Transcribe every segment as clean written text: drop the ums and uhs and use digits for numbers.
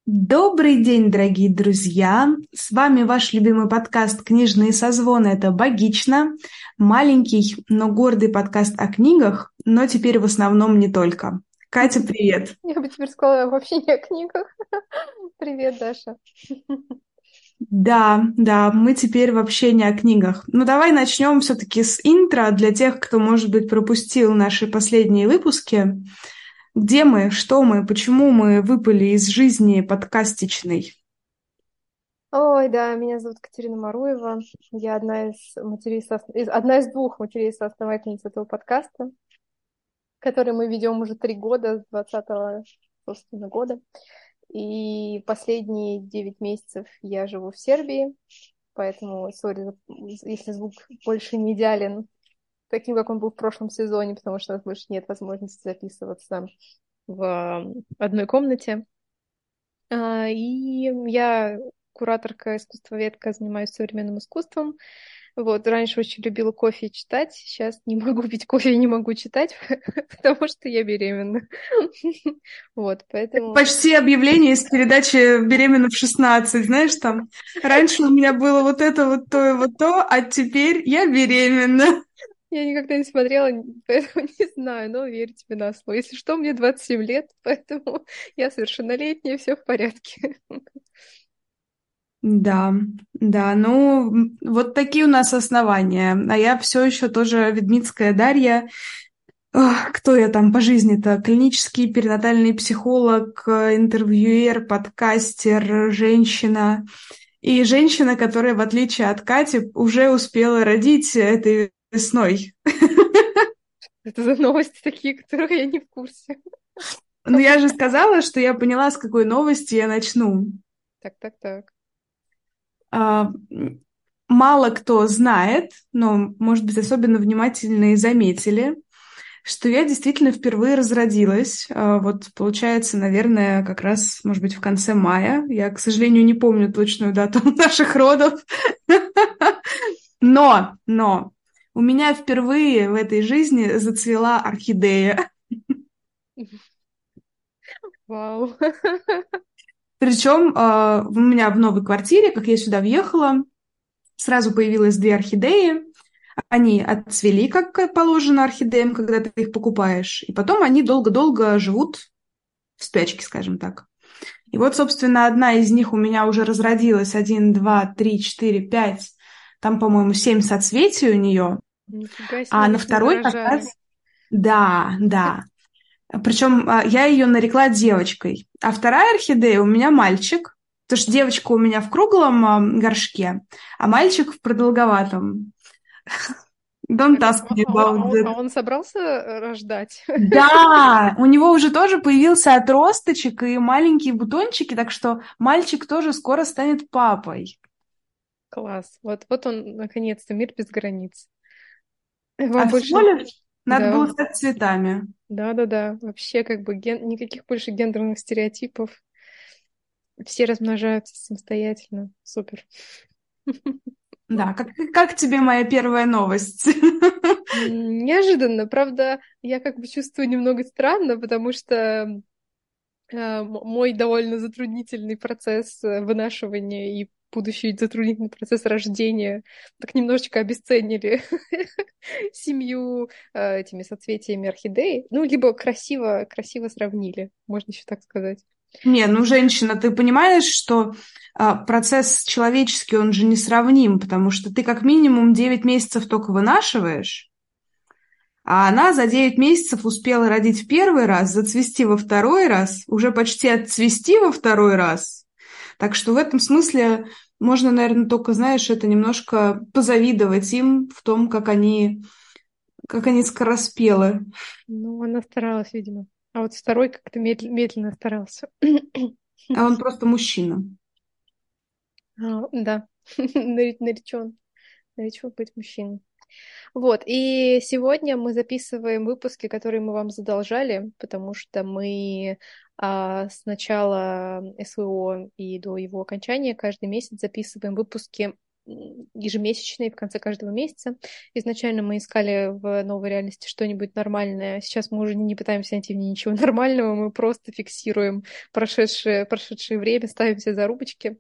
Добрый день, дорогие друзья! С вами ваш любимый подкаст «Книжные созвоны». Это «Богично», маленький, но гордый подкаст о книгах, но теперь в основном не только. Катя, привет! Я бы теперь сказала вообще не о книгах. Привет, Даша. Да, да, мы теперь вообще не о книгах. Ну, давай начнем все-таки с интро для тех, кто, может быть, пропустил наши последние выпуски. Где мы, что мы, почему мы выпали из жизни подкастичной? Ой, да, меня зовут Катерина Маруева. Я одна из двух матерей-соосновательниц этого подкаста, который мы ведем уже 3 года, с 2020, собственно, года. И последние 9 месяцев я живу в Сербии, поэтому, сори, если звук больше не идеален, таким, как он был в прошлом сезоне, потому что у нас больше нет возможности записываться в одной комнате. И я кураторка, искусствоведка, занимаюсь современным искусством. Вот, раньше очень любила кофе и читать, сейчас не могу пить кофе и не могу читать, потому что я беременна. Вот, поэтому... Почти объявление из передачи «Беременна в 16», знаешь, там. Раньше у меня было вот это вот то и вот то, а теперь я беременна. Я никогда не смотрела, поэтому не знаю, но верю тебе на слово. Если что, мне 27 лет, поэтому я совершеннолетняя, все в порядке. Да, да, ну, вот такие у нас основания. А я все еще тоже Ведмицкая Дарья. Ох, кто я там по жизни-то? Клинический перинатальный психолог, интервьюер, подкастер, женщина. И женщина, которая, в отличие от Кати, уже успела родить этой весной. Это за новости такие, которых я не в курсе. Ну, я же сказала, что я поняла, с какой новости я начну. Так, так, так. А, Мало кто знает, но, может быть, особенно внимательные заметили, что я действительно впервые разродилась. Вот, получается, наверное, как раз, может быть, в конце мая. Я, к сожалению, не помню точную дату наших родов. Но у меня впервые в этой жизни зацвела орхидея. Вау. Причем у меня в новой квартире, как я сюда въехала, сразу появилось две орхидеи. Они отцвели, как положено орхидеям, когда ты их покупаешь. И потом они долго-долго живут в спячке, скажем так. И вот, собственно, одна из них у меня уже разродилась. Один, два, три, четыре, пять. Там, по-моему, 7 соцветий у нее. Нифига себе, А на нежные второй как раз... рожары. Да, да. Причем я ее нарекла девочкой. А вторая орхидея у меня мальчик. Потому что девочка у меня в круглом горшке, а мальчик в продолговатом. Don't Так, ask me about а that. он собрался рождать? Да, у него уже тоже появился отросточек и маленькие бутончики, так что мальчик тоже скоро станет папой. Класс. Вот он, наконец-то, мир без границ. Вам А всего больше... лишь надо было Да, стать цветами. да. Вообще, как бы, никаких больше гендерных стереотипов. Все размножаются самостоятельно. Супер. Да, как тебе моя первая новость? Неожиданно. Правда, я как бы чувствую немного странно, потому что мой довольно затруднительный процесс вынашивания и будущий затруднительный процесс рождения так немножечко обесценили семью этими соцветиями орхидеи. Ну, либо красиво, красиво сравнили, можно еще так сказать. Не, ну, женщина, ты понимаешь, что процесс человеческий, он же несравним, потому что ты как минимум 9 месяцев только вынашиваешь, а она за 9 месяцев успела родить в первый раз, зацвести во второй раз, уже почти отцвести во второй раз. Так что в этом смысле можно, наверное, только, знаешь, это немножко позавидовать им в том, как они скороспелы. Ну, она старалась, видимо. А вот второй как-то медленно старался. А он просто мужчина. Да, наречен быть мужчиной. Вот, и сегодня мы записываем выпуски, которые мы вам задолжали, потому что мы с начала СВО и до его окончания каждый месяц записываем выпуски ежемесячные в конце каждого месяца. Изначально мы искали в новой реальности что-нибудь нормальное. Сейчас мы уже не пытаемся найти в ней ничего нормального, мы просто фиксируем прошедшее время, ставим все зарубочки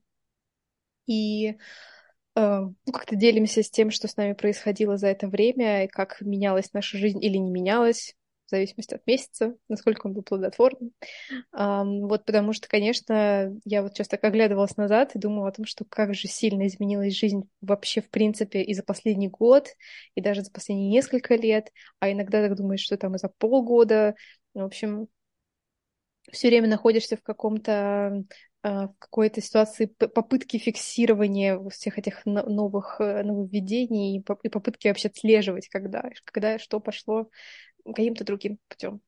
и ну, как-то делимся с тем, что с нами происходило за это время, и как менялась наша жизнь или не менялась, в зависимости от месяца, насколько он был плодотворным. Вот потому что, конечно, я вот сейчас так оглядывалась назад и думала о том, что как же сильно изменилась жизнь вообще, в принципе, и за последний год, и даже за последние несколько лет, а иногда так думаешь, что там и за полгода. В общем, все время находишься в в какой-то ситуации попытки фиксирования всех этих нововведений и попытки вообще отслеживать, когда что пошло каким-то другим путем.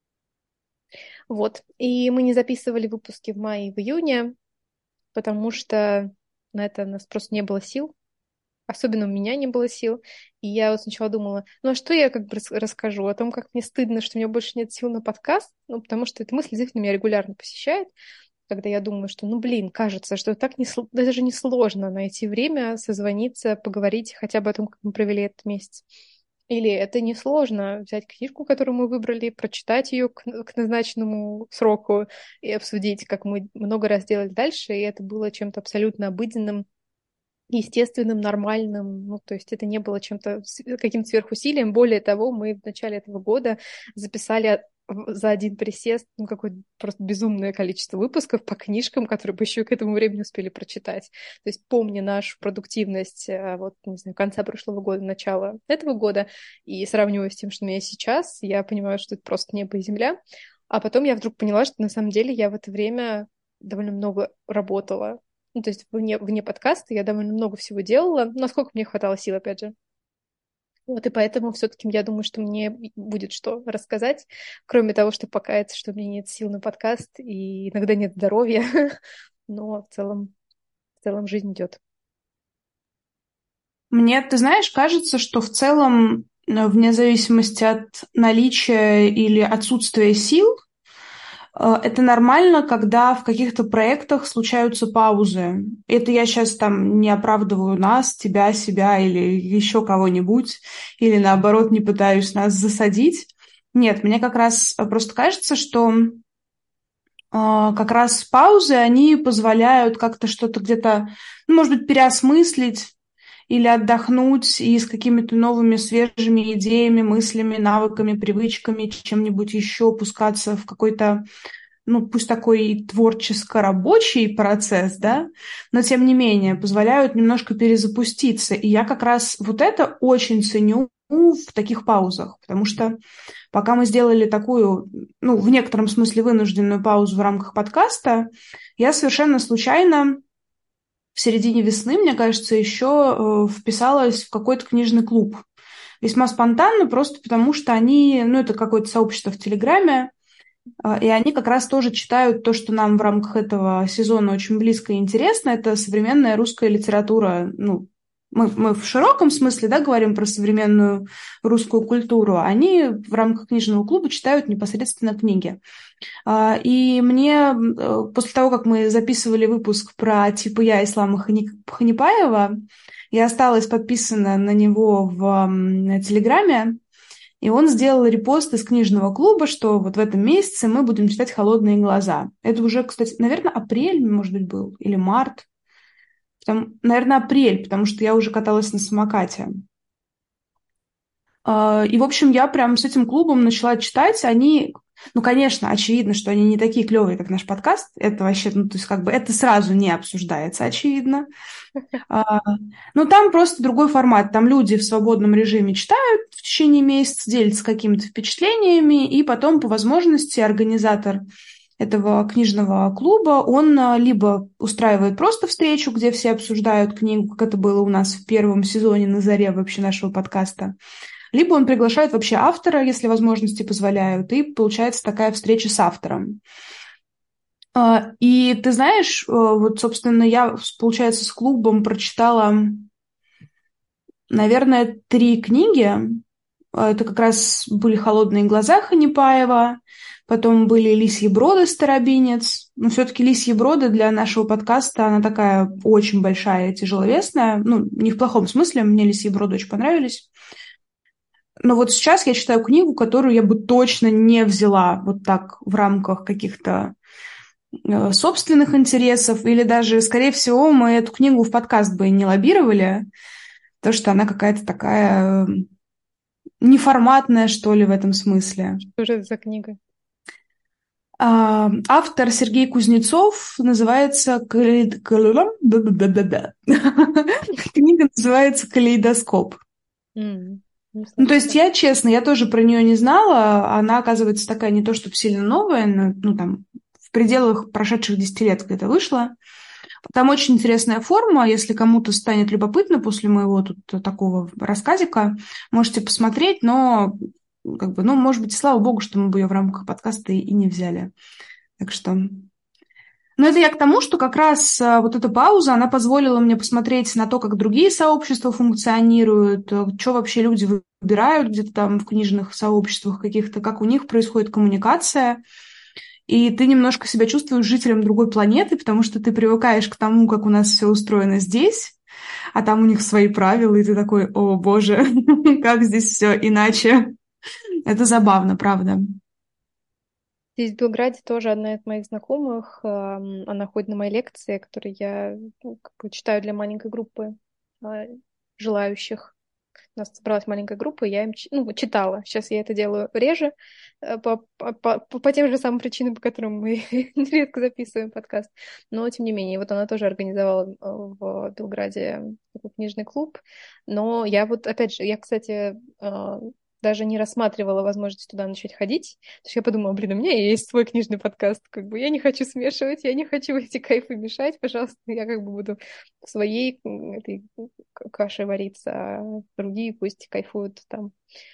Вот. И мы не записывали выпуски в мае и в июне, потому что на это у нас просто не было сил. Особенно у меня не было сил. И я вот сначала думала, ну а что я как бы расскажу? О том, как мне стыдно, что у меня больше нет сил на подкаст. Ну, потому что эта мысль действительно меня регулярно посещает, когда я думаю, что, ну, блин, кажется, что так даже не сложно найти время, созвониться, поговорить хотя бы о том, как мы провели этот месяц. Или это несложно взять книжку, которую мы выбрали, прочитать ее к назначенному сроку и обсудить, как мы много раз делали дальше, и это было чем-то абсолютно обыденным, естественным, нормальным. Ну, то есть это не было каким-то сверхусилием. Более того, мы в начале этого года записали за один присест, ну, какое-то просто безумное количество выпусков по книжкам, которые бы еще к этому времени успели прочитать. То есть, помня нашу продуктивность, вот, не знаю, конца прошлого года, начала этого года, и сравнивая с тем, что у меня сейчас, я понимаю, что это просто небо и земля. А потом я вдруг поняла, что на самом деле я в это время довольно много работала. Ну, то есть вне подкаста я довольно много всего делала, насколько мне хватало сил, опять же. Вот, и поэтому все-таки я думаю, что мне будет что рассказать, кроме того, что покаяться, что у меня нет сил на подкаст и иногда нет здоровья, но в целом жизнь идет. Мне, ты знаешь, кажется, что в целом, вне зависимости от наличия или отсутствия сил, это нормально, когда в каких-то проектах случаются паузы. Это я сейчас там не оправдываю нас, тебя, себя или еще кого-нибудь, или наоборот не пытаюсь нас засадить. Нет, мне как раз просто кажется, что как раз паузы, они позволяют как-то что-то где-то, ну, может быть, переосмыслить или отдохнуть и с какими-то новыми свежими идеями, мыслями, навыками, привычками, чем-нибудь еще пускаться в какой-то, ну, пусть такой творческо-рабочий процесс, да, но тем не менее позволяют немножко перезапуститься. И я как раз вот это очень ценю в таких паузах, потому что пока мы сделали такую, ну, в некотором смысле вынужденную паузу в рамках подкаста, я совершенно случайно в середине весны, мне кажется, еще вписалась в какой-то книжный клуб. Весьма спонтанно, просто потому что они, ну, это какое-то сообщество в Телеграме, и они как раз тоже читают то, что нам в рамках этого сезона очень близко и интересно. Это современная русская литература. Ну, мы в широком смысле, да, говорим про современную русскую культуру. Они в рамках книжного клуба читают непосредственно книги. И мне после того, как мы записывали выпуск про типа я Ислама Ханипаева, я осталась подписана на него в Телеграме, и он сделал репост из книжного клуба, что вот в этом месяце мы будем читать «Холодные глаза». Это уже, кстати, наверное, апрель, может быть, был, или март. Наверное, апрель, потому что я уже каталась на самокате. И, в общем, я прям с этим клубом начала читать. Они, ну, конечно, очевидно, что они не такие клевые, как наш подкаст. Это вообще, ну, то есть как бы это сразу не обсуждается, очевидно. Но там просто другой формат. Там люди в свободном режиме читают в течение месяца, делятся какими-то впечатлениями, и потом, по возможности, организатор этого книжного клуба, он либо устраивает просто встречу, где все обсуждают книгу, как это было у нас в первом сезоне на заре вообще нашего подкаста, либо он приглашает вообще автора, если возможности позволяют, и получается такая встреча с автором. И ты знаешь, вот, собственно, я, получается, с клубом прочитала, наверное, 3 книги. Это как раз были «Холодные глаза» Ханипаева, Потом были «Лисьи броды», «Старобинец». Но все-таки «Лисьи броды» для нашего подкаста, она такая очень большая и тяжеловесная. Ну, не в плохом смысле, мне «Лисьи броды» очень понравились. Но вот сейчас я читаю книгу, которую я бы точно не взяла вот так в рамках каких-то собственных интересов, или даже, скорее всего, мы эту книгу в подкаст бы не лоббировали, потому что она какая-то такая неформатная, что ли, в этом смысле. Что же это за книга? Автор Сергей Кузнецов, называется книга называется «Калейдоскоп». Не Ну, то есть слышала. я, честно, я тоже про нее не знала. Она, оказывается, такая не то чтобы сильно новая, но, ну, там, в пределах прошедших 10 лет где-то вышла. Там очень интересная форма. Если кому-то станет любопытно после моего тут такого рассказика, можете посмотреть, но, как бы, ну, может быть, и слава богу, что мы бы ее в рамках подкаста и не взяли. Так что... Но это я к тому, что как раз вот эта пауза, она позволила мне посмотреть на то, как другие сообщества функционируют, что вообще люди выбирают где-то там в книжных сообществах каких-то, как у них происходит коммуникация. И ты немножко себя чувствуешь жителем другой планеты, потому что ты привыкаешь к тому, как у нас все устроено здесь, а там у них свои правила, и ты такой: о боже, как здесь все иначе. Это забавно, правда. Здесь, в Белграде, тоже одна из моих знакомых, она ходит на мои лекции, которые я как бы читаю для маленькой группы а, желающих. У нас собралась маленькая группа, и я им читала. Сейчас я это делаю реже, по тем же самым причинам, по которым мы редко записываем подкаст. Но, тем не менее, вот она тоже организовала в Белграде такой книжный клуб. Но я вот, опять же, я, кстати, даже не рассматривала возможность туда начать ходить. То есть я подумала, блин, у меня есть свой книжный подкаст, как бы я не хочу смешивать, я не хочу эти кайфы мешать, пожалуйста, я как бы буду в своей этой каше вариться, а другие пусть кайфуют там.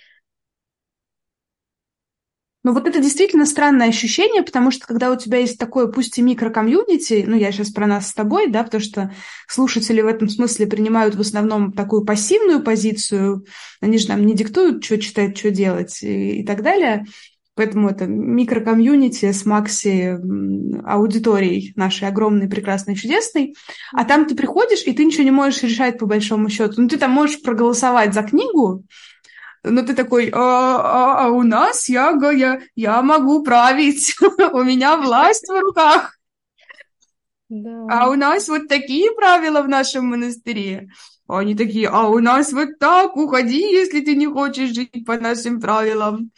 Ну вот это действительно странное ощущение, потому что когда у тебя есть такое, пусть и микрокомьюнити, ну я сейчас про нас с тобой, да, потому что слушатели в этом смысле принимают в основном такую пассивную позицию, они же нам не диктуют, что читать, что делать и так далее. Поэтому это микрокомьюнити с макси аудиторией нашей огромной, прекрасной, чудесной. А там ты приходишь, и ты ничего не можешь решать по большому счету. Ну, ты там можешь проголосовать за книгу, но ты такой: а у нас я могу править, у меня власть в руках, а Да. у нас вот такие правила в нашем монастыре. А они такие: а у нас вот так, уходи, если ты не хочешь жить по нашим правилам.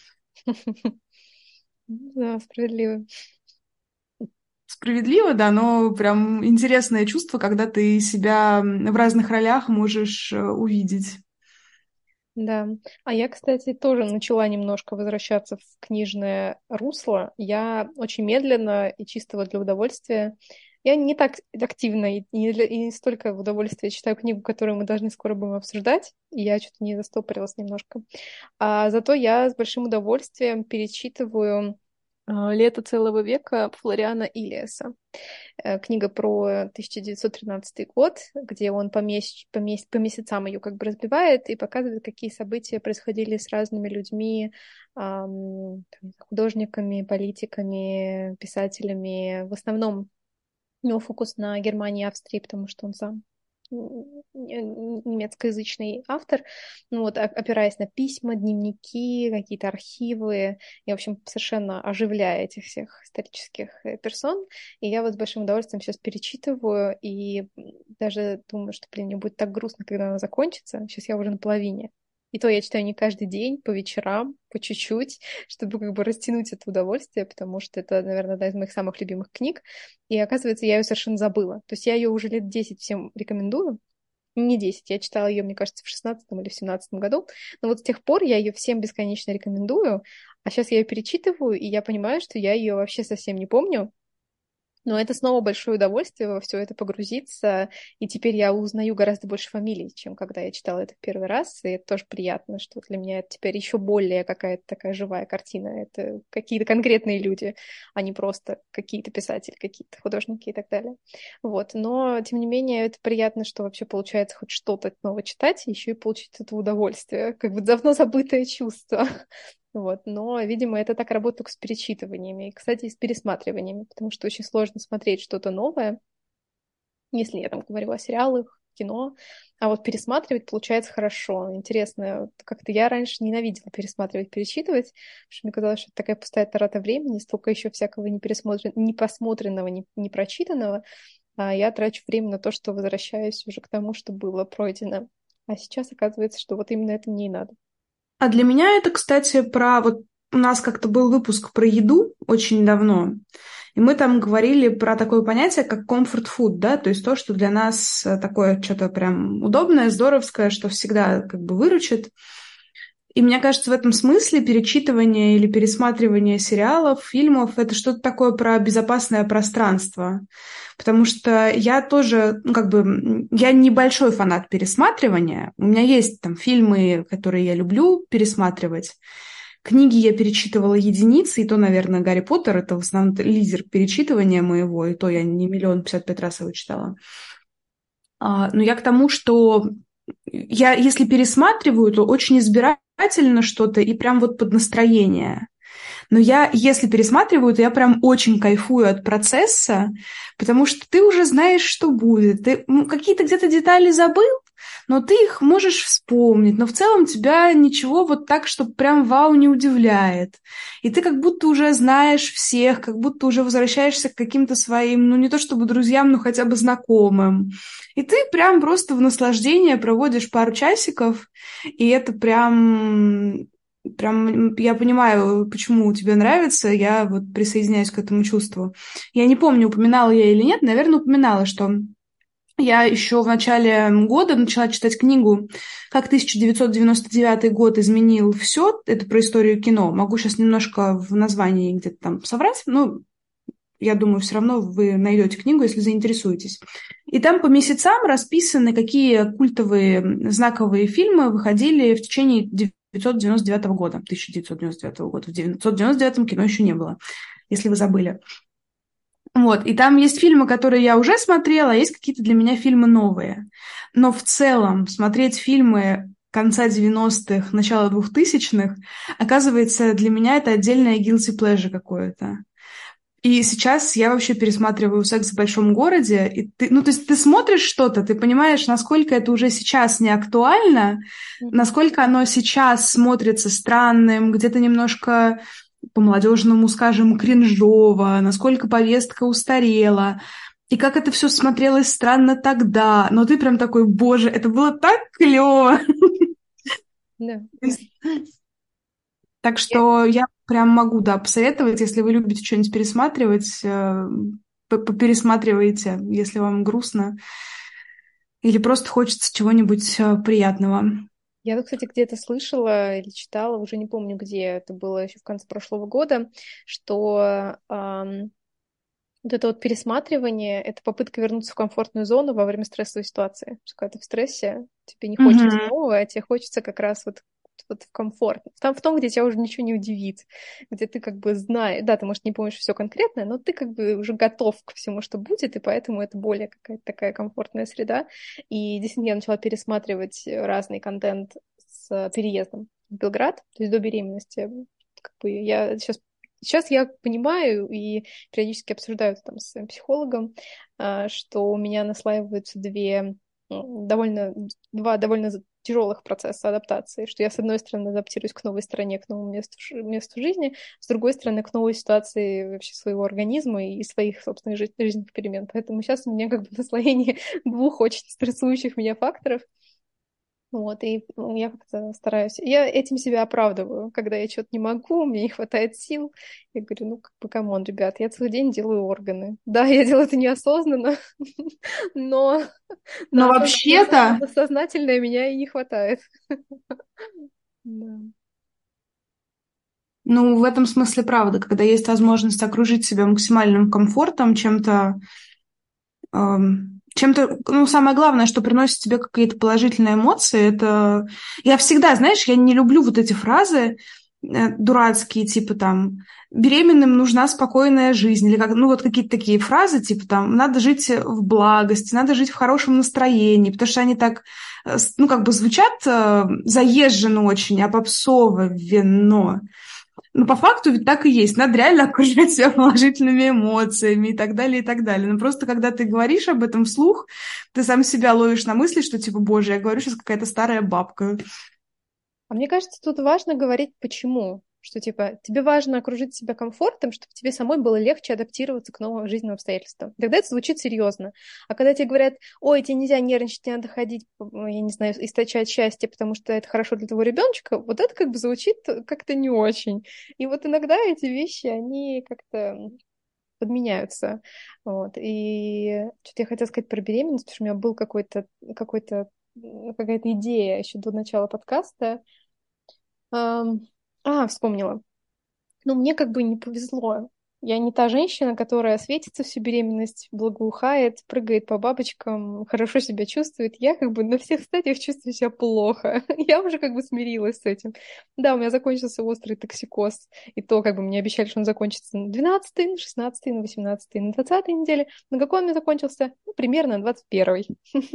Да, справедливо. Справедливо, да, но прям интересное чувство, когда ты себя в разных ролях можешь увидеть. Да. А я, кстати, тоже начала немножко возвращаться в книжное русло. Я очень медленно и чисто вот для удовольствия. Я не так активно и не столько в удовольствие читаю книгу, которую мы должны скоро будем обсуждать. И я что-то не застопорилась немножко. А зато я с большим удовольствием перечитываю «Лето целого века» Флориана Ильяса. Книга про 1913 год, где он по месяцам ее как бы разбивает и показывает, какие события происходили с разными людьми, художниками, политиками, писателями. В основном у него фокус на Германии и Австрии, потому что он сам немецкоязычный автор, ну вот, опираясь на письма, дневники, какие-то архивы, и, в общем, совершенно оживляя этих всех исторических персон. И я вот с большим удовольствием сейчас перечитываю, и даже думаю, что, блин, мне будет так грустно, когда она закончится. Сейчас я уже на половине. И то я читаю не каждый день, по вечерам, по чуть-чуть, чтобы как бы растянуть это удовольствие, потому что это, наверное, одна из моих самых любимых книг. И оказывается, я ее совершенно забыла. То есть я ее уже лет 10 всем рекомендую. Не 10, я читала ее, мне кажется, в 16 или в 17 году. Но вот с тех пор я ее всем бесконечно рекомендую. А сейчас я ее перечитываю, и я понимаю, что я ее вообще совсем не помню. Но это снова большое удовольствие во все это погрузиться, и теперь я узнаю гораздо больше фамилий, чем когда я читала это в первый раз, и это тоже приятно, что для меня это теперь еще более какая-то такая живая картина. Это какие-то конкретные люди, а не просто какие-то писатели, какие-то художники и так далее. Вот. Но, тем не менее, это приятно, что вообще получается хоть что-то новое читать, и еще и получить это удовольствие, как бы давно забытое чувство. Вот. Но, видимо, это так работает только с перечитываниями. И, кстати, и с пересматриваниями, потому что очень сложно смотреть что-то новое, если я там говорю о сериалах, кино, а вот пересматривать получается хорошо. Интересно, как-то я раньше ненавидела пересматривать, перечитывать, потому что мне казалось, что это такая пустая трата времени, столько еще всякого не посмотренного, не прочитанного, а я трачу время на то, что возвращаюсь уже к тому, что было пройдено. А сейчас оказывается, что вот именно это мне и надо. А для меня это, кстати, про... Вот у нас как-то был выпуск про еду очень давно, и мы там говорили про такое понятие, как comfort food, да, то есть то, что для нас такое что-то прям удобное, здоровское, что всегда как бы выручит. И мне кажется, в этом смысле перечитывание или пересматривание сериалов, фильмов — это что-то такое про безопасное пространство. Потому что я тоже, ну, как бы, я небольшой фанат пересматривания. У меня есть там фильмы, которые я люблю пересматривать. Книги я перечитывала единицы, и то, наверное, «Гарри Поттер» — это в основном лидер перечитывания моего, и то я не 1 055 раз его читала. Но я к тому, что я, если пересматриваю, то очень избирательно что-то и прям вот под настроение. Но я, если пересматриваю, то я прям очень кайфую от процесса, потому что ты уже знаешь, что будет. Ты какие-то где-то детали забыл, но ты их можешь вспомнить. Но в целом тебя ничего вот так, что прям вау, не удивляет. И ты как будто уже знаешь всех, как будто уже возвращаешься к каким-то своим, ну не то чтобы друзьям, но хотя бы знакомым. И ты прям просто в наслаждение проводишь пару часиков, и это прям я понимаю, почему тебе нравится, я вот присоединяюсь к этому чувству. Я не помню, упоминала я или нет, наверное, упоминала, что я еще в начале года начала читать книгу «Как 1999 год изменил все». Это про историю кино. Могу сейчас немножко в названии где-то там соврать, но я думаю, все равно вы найдете книгу, если заинтересуетесь. И там по месяцам расписаны, какие культовые знаковые фильмы выходили в течение 1999 года. 1999 года. В 1999 кино еще не было, если вы забыли. Вот. И там есть фильмы, которые я уже смотрела, а есть какие-то для меня фильмы новые. Но в целом смотреть фильмы конца 90-х, начала 2000-х, оказывается, для меня это отдельное guilty pleasure какое-то. И сейчас я вообще пересматриваю «Секс в большом городе», и ты, ну, то есть ты смотришь что-то, ты понимаешь, насколько это уже сейчас не актуально, насколько оно сейчас смотрится странным, где-то немножко по-молодежному, скажем, кринжово, насколько повестка устарела, и как это все смотрелось странно тогда. Но ты прям такой, боже, это было так клево. Да. Так что я прям могу, да, посоветовать, если вы любите что-нибудь пересматривать, попересматривайте, если вам грустно или просто хочется чего-нибудь приятного. Я тут, кстати, где-то слышала или читала, уже не помню где, это было еще в конце прошлого года, что вот это вот пересматривание — это попытка вернуться в комфортную зону во время стрессовой ситуации. Потому что когда ты в стрессе, тебе не хочется нового, а тебе хочется как раз вот в комфорт. Там в том, где тебя уже ничего не удивит, где ты как бы знаешь, да, ты, может, не помнишь все конкретное, но ты как бы уже готов ко всему, что будет, и поэтому это более какая-то такая комфортная среда. И действительно, я начала пересматривать разный контент с переездом в Белград, то есть до беременности. Как бы я Сейчас я понимаю и периодически обсуждаю это там с своим психологом, что у меня наслаиваются два довольно тяжелых процесса адаптации, что я, с одной стороны, адаптируюсь к новой стране, к новому месту жизни, с другой стороны, к новой ситуации вообще своего организма и своих собственных жизненных перемен. Поэтому сейчас у меня как бы наслоение двух очень стрессующих меня факторов. Вот, и я как-то стараюсь. Я этим себя оправдываю. Когда я что-то не могу, мне не хватает сил. Я говорю, ну, как бы, камон, ребят, я целый день делаю органы. Да, я делаю это неосознанно, но Но вообще-то, на сознательное меня и не хватает. Да. ну, в этом смысле правда, когда есть возможность окружить себя максимальным комфортом, чем-то, ну, самое главное, что приносит тебе какие-то положительные эмоции, это... Я всегда, знаешь, я не люблю вот эти фразы дурацкие, типа там «беременным нужна спокойная жизнь», или как, ну, вот какие-то такие фразы, типа там «надо жить в благости», «надо жить в хорошем настроении», потому что они так, ну, как бы звучат заезженно очень, а попсово, вино. Ну, по факту ведь так и есть. Надо реально окружать себя положительными эмоциями и так далее, и так далее. Но просто когда ты говоришь об этом вслух, ты сам себя ловишь на мысли, что типа, боже, я говорю сейчас какая-то старая бабка. А мне кажется, тут важно говорить почему. Что, типа, тебе важно окружить себя комфортом, чтобы тебе самой было легче адаптироваться к новым жизненным обстоятельствам. Тогда это звучит серьезно. А когда тебе говорят, ой, тебе нельзя нервничать, тебе надо ходить, я не знаю, источать счастье, потому что это хорошо для твоего ребеночка, вот это как бы звучит как-то не очень. И вот иногда эти вещи, они как-то подменяются. Вот. И что-то я хотела сказать про беременность, потому что у меня был какая-то идея еще до начала подкаста. Вспомнила. Ну, мне как бы не повезло. Я не та женщина, которая светится всю беременность, благоухает, прыгает по бабочкам, хорошо себя чувствует. Я как бы на всех стадиях чувствую себя плохо. Я уже как бы смирилась с этим. Да, у меня закончился острый токсикоз. И то как бы мне обещали, что он закончится на 12-й, на 16-й, на 18-й, на 20-й неделе. На какой он мне закончился? Ну, примерно на 21-й.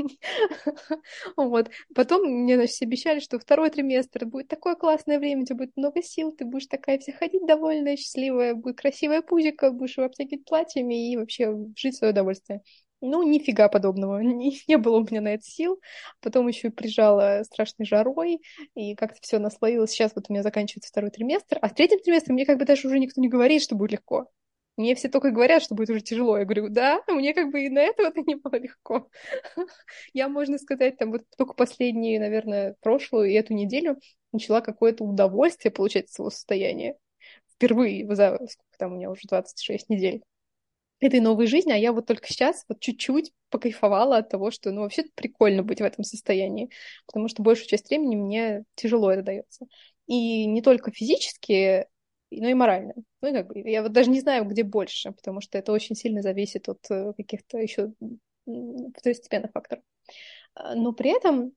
Вот. Потом мне, значит, все обещали, что второй триместр будет такое классное время, у тебя будет много сил, ты будешь такая вся ходить довольная, счастливая, будет красивая пузико, будешь его обтягивать платьями и вообще жить в свое удовольствие. Ну, нифига подобного. Не было у меня на это сил. Потом еще и прижала страшной жарой, и как-то все наслоилось. Сейчас вот у меня заканчивается второй триместр, а в третьем триместре мне как бы даже уже никто не говорит, что будет легко. Мне все только говорят, что будет уже тяжело. Я говорю, да, мне как бы и на это вот и не было легко. Я, можно сказать, там вот только последнюю, наверное, прошлую и эту неделю начала какое-то удовольствие получать от своего состояния. Впервые за сколько там у меня уже 26 недель этой новой жизни, а я вот только сейчас вот чуть-чуть покайфовала от того, что, ну, вообще прикольно быть в этом состоянии, потому что большую часть времени мне тяжело это дается. И не только физически, но и морально. Ну, и как бы, я вот даже не знаю, где больше, потому что это очень сильно зависит от каких-то еще второстепенных факторов. Но при этом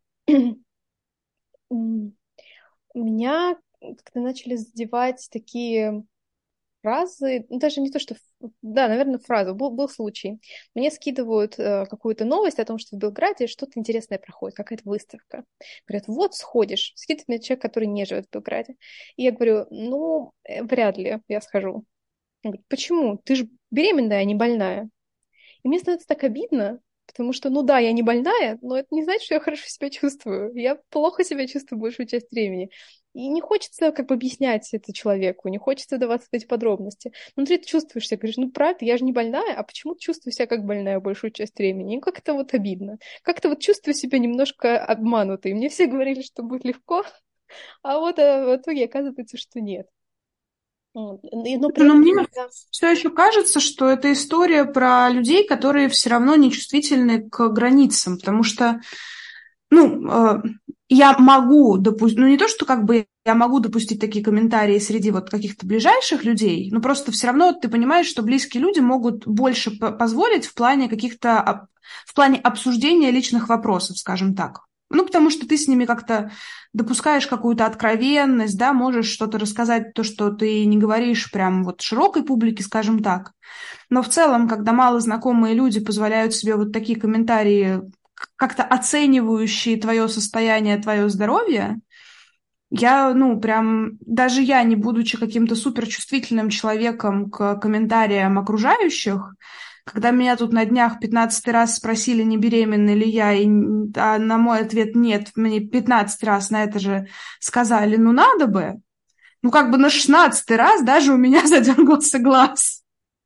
меня как-то начали задевать такие фразы, ну, даже не то, что... Да, наверное, фразу. Был случай. Мне скидывают какую-то новость о том, что в Белграде что-то интересное проходит, какая-то выставка. Говорят, вот, сходишь. Скидывает мне человек, который не живет в Белграде. И я говорю, ну, вряд ли я схожу. Он говорит, почему? Ты же беременная, а не больная. И мне становится так обидно, потому что, ну да, я не больная, но это не значит, что я хорошо себя чувствую. Я плохо себя чувствую большую часть времени. И не хочется как бы объяснять это человеку, не хочется даваться в эти подробности. Внутри ты чувствуешь себя, говоришь, ну правда, я же не больная, а почему чувствую себя как больная большую часть времени? И как это вот обидно. Как-то вот чувствую себя немножко обманутой. Мне все говорили, что будет легко, а вот в итоге оказывается, что нет. Вот. Но при Но этом... мне Да. все еще кажется, что это история про людей, которые все равно не чувствительны к границам, потому что, ну, я могу допустить, ну, не то, что как бы я могу допустить такие комментарии среди вот каких-то ближайших людей, но просто все равно ты понимаешь, что близкие люди могут больше позволить в плане каких-то, в плане обсуждения личных вопросов, скажем так. Ну, потому что ты с ними как-то допускаешь какую-то откровенность, да, можешь что-то рассказать, то, что ты не говоришь прям вот широкой публике, скажем так. Но в целом, когда малознакомые люди позволяют себе вот такие комментарии, как-то оценивающие твое состояние, твое здоровье, я, ну, прям, даже я, не будучи каким-то суперчувствительным человеком к комментариям окружающих, когда меня тут на днях 15 раз спросили, не беременна ли я, а на мой ответ нет, мне 15 раз на это же сказали, ну, надо бы. Ну, как бы на 16 раз даже у меня задергался глаз.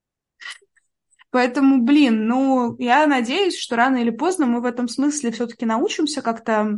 Поэтому, блин, ну, я надеюсь, что рано или поздно мы в этом смысле все-таки научимся как-то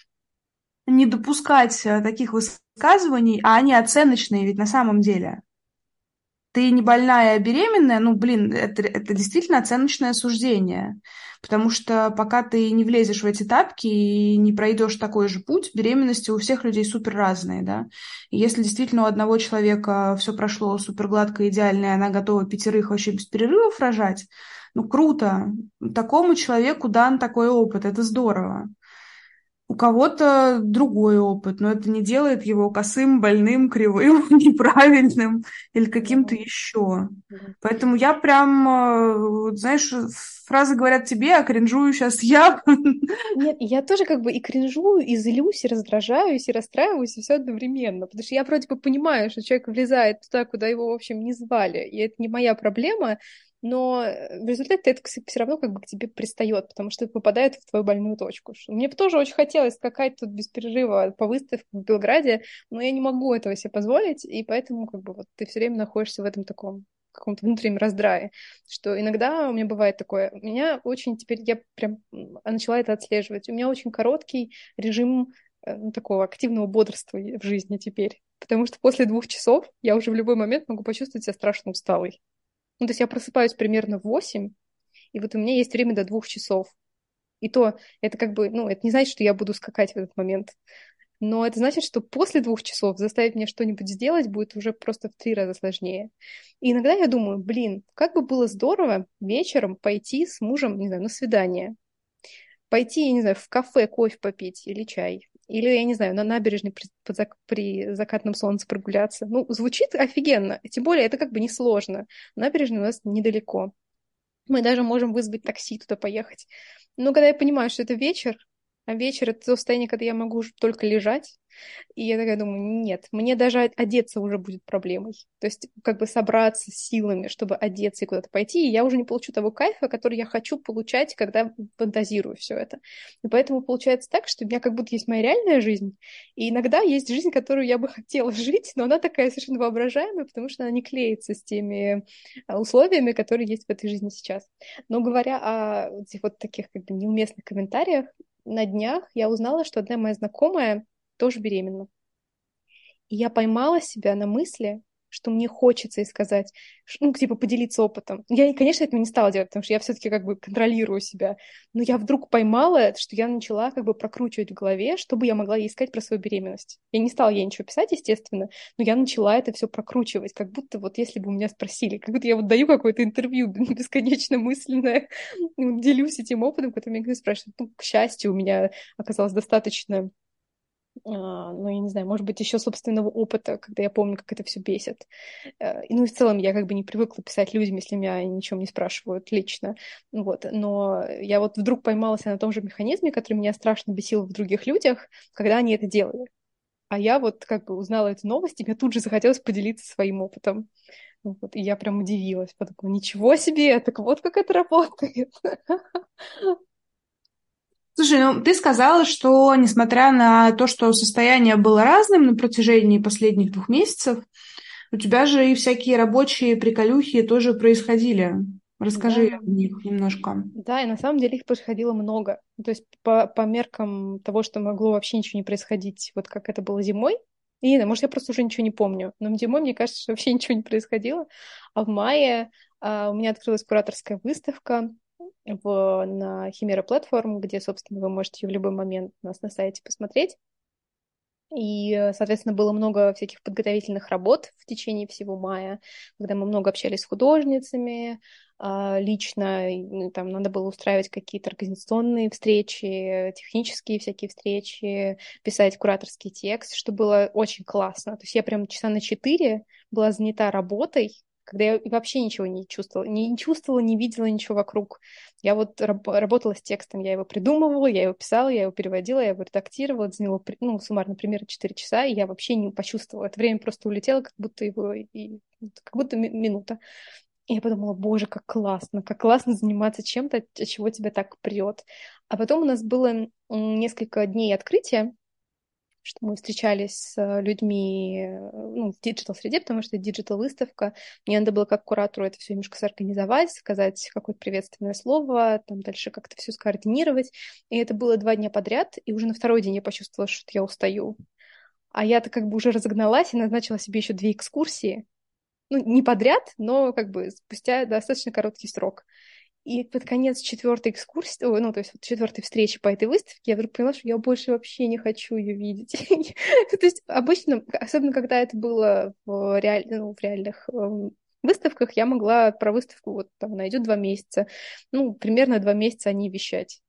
не допускать таких высказываний, а они оценочные ведь на самом деле. Ты не больная, а беременная, ну, блин, это действительно оценочное суждение. Потому что пока ты не влезешь в эти тапки и не пройдешь такой же путь, беременности у всех людей супер разные, да. И если действительно у одного человека все прошло супер гладко, идеально, и она готова 5 вообще без перерывов рожать, ну, круто. Такому человеку дан такой опыт, это здорово. У кого-то другой опыт, но это не делает его косым, больным, кривым, неправильным или каким-то Да, еще. да. Поэтому я прям, вот знаешь, фразы говорят тебе, а кринжую сейчас я. Нет, я тоже как бы и кринжую, и злюсь, и раздражаюсь, и расстраиваюсь, и все одновременно. Потому что я вроде бы понимаю, что человек влезает туда, куда его, в общем, не звали, и это не моя проблема, но в результате это все равно как бы к тебе пристает, потому что это попадает в твою больную точку. Мне бы тоже очень хотелось скакать тут без перерыва по выставке в Белграде, но я не могу этого себе позволить, и поэтому как бы вот ты все время находишься в этом таком каком-то внутреннем раздрае, что иногда у меня бывает такое. У меня очень теперь, я прям начала это отслеживать. У меня очень короткий режим такого активного бодрствования в жизни теперь. Потому что после 2 часов я уже в любой момент могу почувствовать себя страшно усталой. Ну, то есть я просыпаюсь примерно в 8, и вот у меня есть время до 2 часов. И то это как бы, ну, это не значит, что я буду скакать в этот момент. Но это значит, что после 2 часов заставить меня что-нибудь сделать будет уже просто в 3 раза сложнее. И иногда я думаю, блин, как бы было здорово вечером пойти с мужем, не знаю, на свидание. Пойти, я не знаю, в кафе кофе попить или чай. Или, я не знаю, на набережной при закатном солнце прогуляться. Ну, звучит офигенно. Тем более, это как бы несложно. Набережная у нас недалеко. Мы даже можем вызвать такси туда поехать. Но когда я понимаю, что это вечер, а вечер — это то состояние, когда я могу уже только лежать, и я такая думаю, нет, мне даже одеться уже будет проблемой. То есть как бы собраться с силами, чтобы одеться и куда-то пойти, и я уже не получу того кайфа, который я хочу получать, когда фантазирую все это. И поэтому получается так, что у меня как будто есть моя реальная жизнь, и иногда есть жизнь, которую я бы хотела жить, но она такая совершенно воображаемая, потому что она не клеится с теми условиями, которые есть в этой жизни сейчас. Но говоря о этих вот таких как бы неуместных комментариях, на днях я узнала, что одна моя знакомая тоже беременна. И я поймала себя на мысли, что мне хочется ей сказать, ну, типа, поделиться опытом. Я, конечно, этого не стала делать, потому что я все-таки как бы контролирую себя. Но я вдруг поймала, что я начала как бы прокручивать в голове, чтобы я могла ей сказать про свою беременность. Я не стала ей ничего писать, естественно, но я начала это все прокручивать, как будто вот если бы у меня спросили, как будто я вот даю какое-то интервью бесконечно мысленное, делюсь этим опытом, который меня спрашивают. Ну, к счастью, у меня оказалось достаточно ну, я не знаю, может быть, еще собственного опыта, когда я помню, как это все бесит. Ну, и в целом я как бы не привыкла писать людям, если меня о ничем не спрашивают лично. Вот. Но я вот вдруг поймалась на том же механизме, который меня страшно бесил в других людях, когда они это делали. А я вот как бы узнала эту новость, и мне тут же захотелось поделиться своим опытом. Вот. И я прям удивилась, подумала, ничего себе, так вот как это работает. Слушай, ну ты сказала, что несмотря на то, что состояние было разным на протяжении последних 2 месяцев, у тебя же и всякие рабочие приколюхи тоже происходили. Да, Расскажи о них немножко. да, и на самом деле их происходило много. То есть по меркам того, что могло вообще ничего не происходить, вот как это было зимой, и не знаю, может, я просто уже ничего не помню, но зимой, мне кажется, что вообще ничего не происходило. А в мае у меня открылась кураторская выставка на Химера Platform, где, собственно, вы можете в любой момент у нас на сайте посмотреть. И, соответственно, было много всяких подготовительных работ в течение всего мая, когда мы много общались с художницами, лично ну, там надо было устраивать какие-то организационные встречи, технические всякие встречи, писать кураторский текст, что было очень классно. То есть я прям часа на 4 была занята работой, когда я вообще ничего не чувствовала, не видела ничего вокруг. Я вот работала с текстом, я его придумывала, я его писала, я его переводила, я его редактировала, это заняло, ну, суммарно, примерно 4 часа, и я вообще не почувствовала. Это время просто улетело, как будто его, как будто минута. И я подумала, боже, как классно заниматься чем-то, от чего тебя так прет. А потом у нас было несколько дней открытия, что мы встречались с людьми ну, в диджитал-среде, потому что это диджитал-выставка. Мне надо было как куратору это все немножко сорганизовать, сказать какое-то приветственное слово, там дальше как-то все скоординировать. И это было 2 дня подряд, и уже на второй день я почувствовала, что я устаю. А я-то как бы уже разогналась и назначила себе еще 2 экскурсии. Ну, не подряд, но как бы спустя достаточно короткий срок. И под конец 4-й экскурсии, ну, то есть вот 4-й встречи по этой выставке, я вдруг поняла, что я больше вообще не хочу ее видеть. То есть обычно, особенно когда это было в реальных выставках, я могла про выставку, вот там она идет 2 месяца, ну, примерно 2 месяца о ней вещать.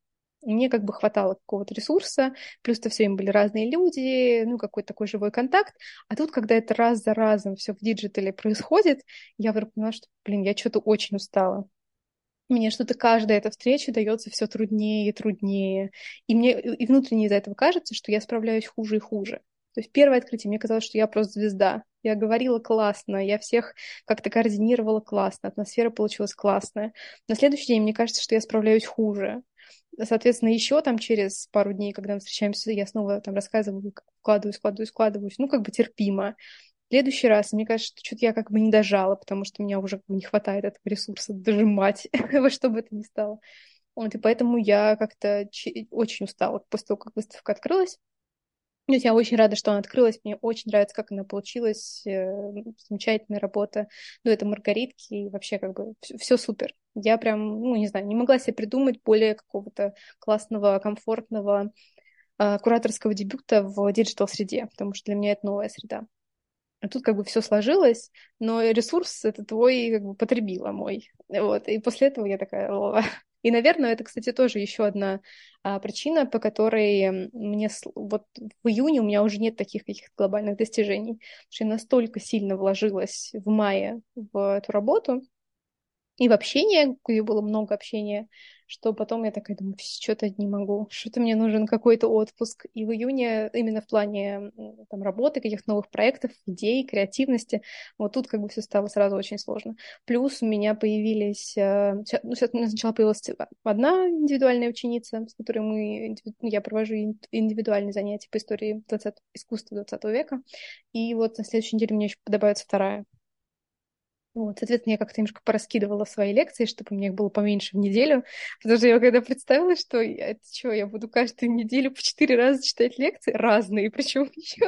мне как бы хватало какого-то ресурса, плюс это все время были разные люди, ну, какой-то такой живой контакт. А тут, когда это раз за разом все в диджитале происходит, я вдруг поняла, что, блин, я что-то очень устала. Мне что-то каждая эта встреча дается все труднее и труднее. И мне и внутренне из-за этого кажется, что я справляюсь хуже и хуже. То есть первое открытие, мне казалось, что я просто звезда. Я говорила классно, я всех как-то координировала классно, атмосфера получилась классная. На следующий день мне кажется, что я справляюсь хуже. Соответственно, еще там через пару дней, когда мы встречаемся, я снова там рассказываю, как вкладываюсь, ну, как бы терпимо. В следующий раз, мне кажется, что что-то я как бы не дожала, потому что меня уже как бы не хватает этого ресурса дожимать во что бы это ни стало. Вот, и поэтому я как-то очень устала после того, как выставка открылась. То есть я очень рада, что она открылась. Мне очень нравится, как она получилась. Замечательная работа. Ну, это маргаритки. И вообще, как бы, все супер. Я прям, ну, не знаю, не могла себе придумать более какого-то классного, комфортного кураторского дебюта в диджитал-среде, потому что для меня это новая среда. А тут как бы все сложилось, но ресурс это твой как бы потребила мой. Вот. И после этого я такая... О. И, наверное, это, кстати, тоже еще одна причина, по которой мне вот в июне у меня уже нет таких каких-то глобальных достижений. Потому что я настолько сильно вложилась в мае в эту работу, и в общение, где было много общения, что потом я такая думаю, что-то не могу, что-то мне нужен какой-то отпуск. И в июне именно в плане там, работы, каких-то новых проектов, идей, креативности, вот тут как бы все стало сразу очень сложно. Плюс у меня появились, ну, сейчас у меня сначала появилась одна индивидуальная ученица, с которой я провожу индивидуальные занятия по истории искусства 20 века, и вот на следующей неделе у меня еще добавится вторая. Вот, соответственно, я как-то немножко пораскидывала свои лекции, чтобы у меня их было поменьше в неделю, потому что я когда представила, что это что, я буду каждую неделю по 4 раза читать лекции, разные, причем еще.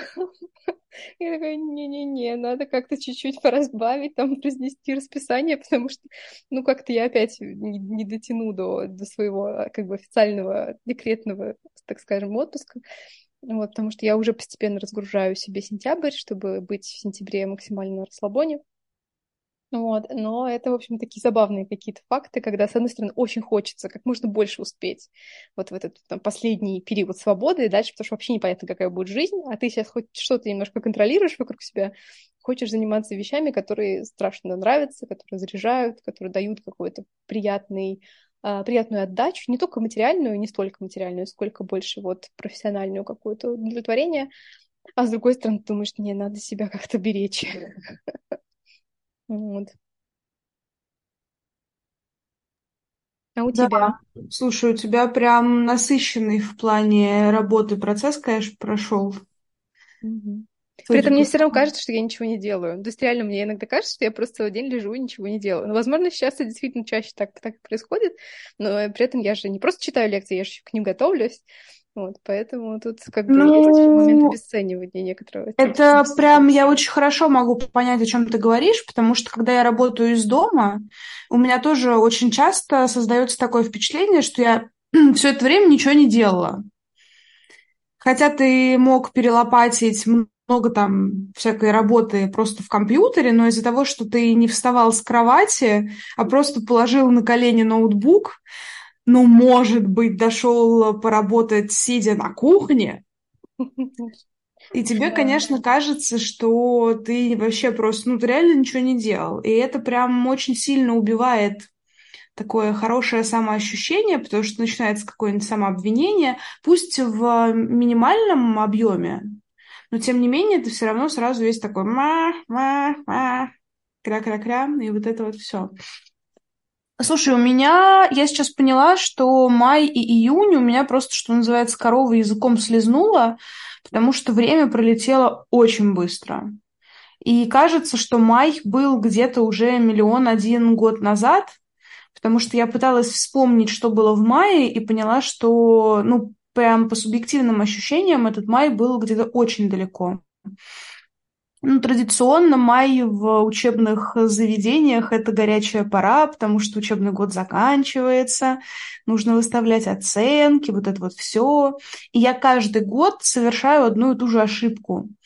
Я такая, не-не-не, надо как-то чуть-чуть поразбавить, там, разнести расписание, потому что, ну, как-то я опять не дотяну до своего, как бы, официального декретного, так скажем, отпуска. Вот, потому что я уже постепенно разгружаю себе сентябрь, чтобы быть в сентябре максимально на расслабоне. Вот, но это, в общем, такие забавные какие-то факты, когда, с одной стороны, очень хочется как можно больше успеть вот в этот там, последний период свободы и дальше, потому что вообще непонятно, какая будет жизнь, а ты сейчас хоть что-то немножко контролируешь вокруг себя, хочешь заниматься вещами, которые страшно нравятся, которые заряжают, которые дают какой-то приятную отдачу, не только материальную, не столько материальную, сколько больше вот профессиональную какое-то удовлетворение, а с другой стороны, ты думаешь, не, надо себя как-то беречь. Вот. А у Да, тебя? слушай, у тебя прям насыщенный в плане работы процесс, конечно, прошел. Мгм. При этом Судя мне по все равно всему. кажется, что я ничего не делаю. То есть реально мне иногда кажется, что я просто целый день лежу и ничего не делаю. Но, возможно, сейчас это действительно чаще так и происходит, но при этом я же не просто читаю лекции, я же еще к ним готовлюсь. Вот, поэтому тут как бы есть еще момент Ну, обесценивания некоторого тех это физических прям я усилий. очень хорошо могу понять, о чем ты говоришь, потому что когда я работаю из дома, у меня тоже очень часто создается такое впечатление, что я все это время ничего не делала. Хотя ты мог перелопатить много там всякой работы просто в компьютере, но из-за того, что ты не вставал с кровати, а просто положил на колени ноутбук, ну, может быть, дошел поработать, сидя на кухне, и тебе, Да. конечно, кажется, что ты вообще просто, ну, ты реально ничего не делал. И это прям очень сильно убивает такое хорошее самоощущение, потому что начинается какое-нибудь самообвинение, пусть в минимальном объеме, но тем не менее ты все равно сразу весь такой кря-кря-кря, и вот это вот все. Слушай, я сейчас поняла, что май и июнь у меня просто, что называется, корова языком слезнула, потому что время пролетело очень быстро. И кажется, что май был где-то уже 1 000 001 год назад, потому что я пыталась вспомнить, что было в мае, и поняла, что, ну, прям по субъективным ощущениям этот май был где-то очень далеко. Ну, традиционно май в учебных заведениях — это горячая пора, потому что учебный год заканчивается, нужно выставлять оценки, вот это вот все. И я каждый год совершаю одну и ту же ошибку.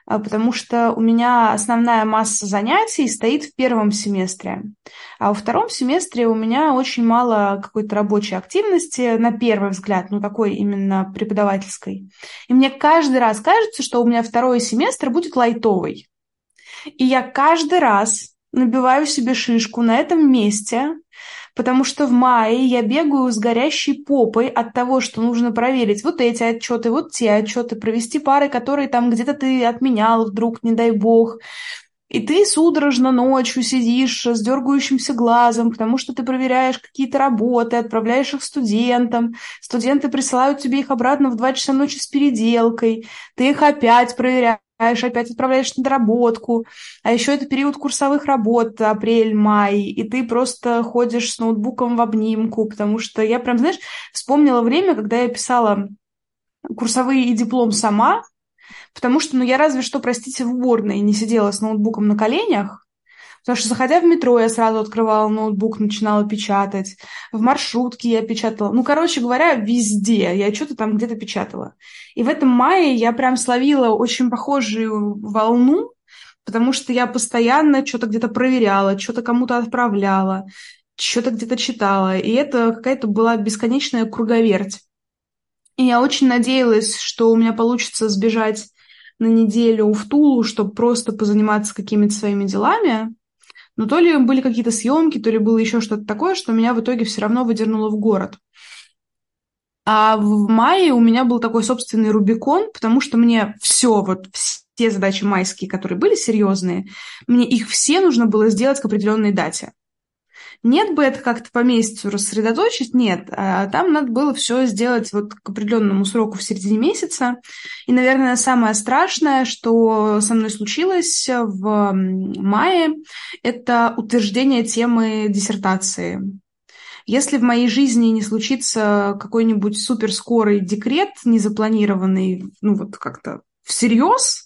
потому что у меня основная масса занятий стоит в первом семестре. А во втором семестре у меня очень мало какой-то рабочей активности, на первый взгляд, ну такой именно преподавательской. И мне каждый раз кажется, что у меня второй семестр будет лайтовый. И я каждый раз набиваю себе шишку на этом месте, потому что в мае я бегаю с горящей попой от того, что нужно проверить вот эти отчеты, вот те отчеты, провести пары, которые там где-то ты отменял вдруг, не дай бог. И ты судорожно ночью сидишь с дергающимся глазом, потому что ты проверяешь какие-то работы, отправляешь их студентам. Студенты присылают тебе их обратно в 2 часа ночи с переделкой. Ты их опять проверяешь, опять отправляешь на доработку. А еще это период курсовых работ, апрель-май, и ты просто ходишь с ноутбуком в обнимку, потому что я прям, знаешь, вспомнила время, когда я писала курсовые и диплом сама, потому что, ну, я разве что, простите, в уборной не сидела с ноутбуком на коленях, потому что, заходя в метро, я сразу открывала ноутбук, начинала печатать. В маршрутке я печатала. Ну, короче говоря, везде. Я что-то там где-то печатала. И в этом мае я прям словила очень похожую волну, потому что я постоянно что-то где-то проверяла, что-то кому-то отправляла, что-то где-то читала. И это какая-то была бесконечная круговерть. И я очень надеялась, что у меня получится сбежать на неделю в Тулу, чтобы просто позаниматься какими-то своими делами. Но то ли были какие-то съемки, то ли было еще что-то такое, что меня в итоге все равно выдернуло в город. А в мае у меня был такой собственный Рубикон, потому что мне все задачи майские, которые были серьезные, мне их все нужно было сделать к определенной дате. Нет бы это как-то по месяцу рассредоточить, нет. А там надо было все сделать вот к определенному сроку в середине месяца. И, наверное, самое страшное, что со мной случилось в мае, это утверждение темы диссертации. Если в моей жизни не случится какой-нибудь суперскорый декрет, незапланированный, ну вот как-то всерьез,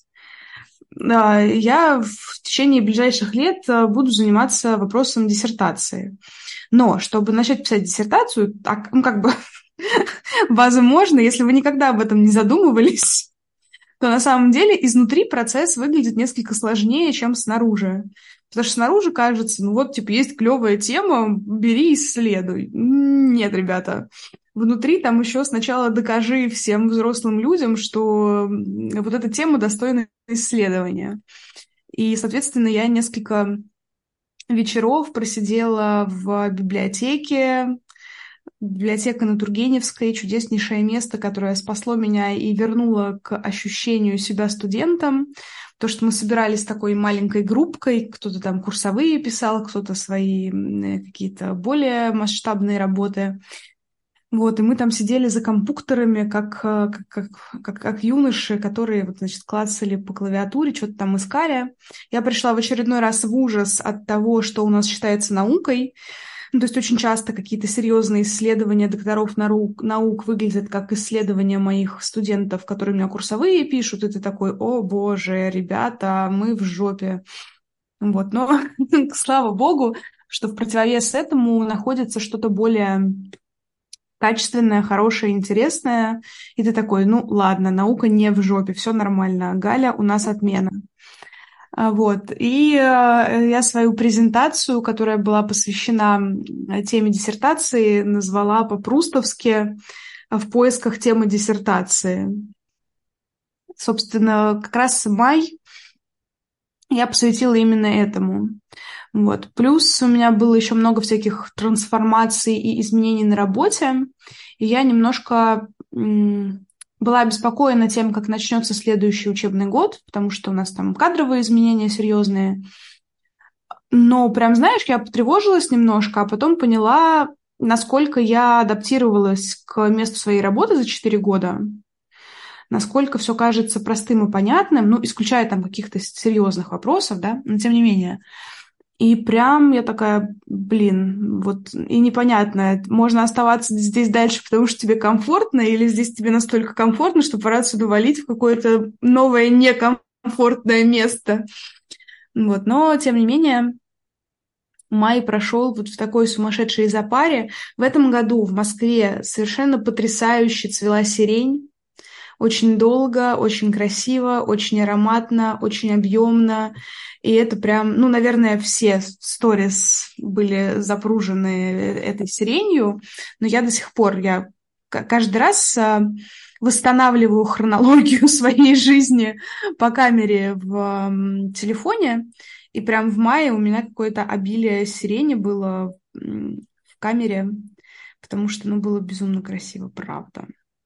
я в течение ближайших лет буду заниматься вопросом диссертации. Но чтобы начать писать диссертацию, так, ну как бы, возможно, если вы никогда об этом не задумывались, то на самом деле изнутри процесс выглядит несколько сложнее, чем снаружи. Потому что снаружи кажется, ну вот, типа, есть клевая тема, бери, исследуй. Нет, ребята. Внутри там еще сначала докажи всем взрослым людям, что вот эта тема достойна исследования. И, соответственно, я несколько вечеров просидела в библиотеке. Библиотека на Тургеневской — чудеснейшее место, которое спасло меня и вернуло к ощущению себя студентом. То, что мы собирались такой маленькой группкой, кто-то там курсовые писал, кто-то свои какие-то более масштабные работы. Вот, и мы там сидели за компьютерами, как юноши, которые, вот, значит, клацали по клавиатуре, что-то там искали. Я пришла в очередной раз в ужас от того, что у нас считается наукой. Ну, то есть очень часто какие-то серьезные исследования докторов наук выглядят как исследования моих студентов, которые у меня курсовые пишут, и ты такой: о боже, ребята, мы в жопе. Вот, но слава богу, что в противовес этому находится что-то более качественное, хорошее, интересное, и ты такой: ну ладно, наука не в жопе, все нормально, Галя, у нас отмена. Вот. И я свою презентацию, которая была посвящена теме диссертации, назвала по-прустовски «В поисках темы диссертации». Собственно, как раз май я посвятила именно этому. Вот. Плюс у меня было еще много всяких трансформаций и изменений на работе, и я немножко была обеспокоена тем, как начнется следующий учебный год, потому что у нас там кадровые изменения серьезные. Но прям, знаешь, я потревожилась немножко, а потом поняла, насколько я адаптировалась к месту своей работы за 4 года, насколько все кажется простым и понятным, ну, исключая там каких-то серьезных вопросов, да, но тем не менее. И прям я такая: блин, вот и непонятно, можно оставаться здесь дальше, потому что тебе комфортно, или здесь тебе настолько комфортно, что пора отсюда валить в какое-то новое некомфортное место. Вот, но тем не менее май прошел вот в такой сумасшедшей запаре. В этом году в Москве совершенно потрясающе цвела сирень. очень долго, очень красиво, очень ароматно, очень объемно. И это прям, ну, наверное, все сторис были запружены этой сиренью, но я до сих пор, каждый раз восстанавливаю хронологию своей жизни по камере в телефоне, и прям в мае у меня какое-то обилие сирени было в камере, потому что, ну, было безумно красиво, правда.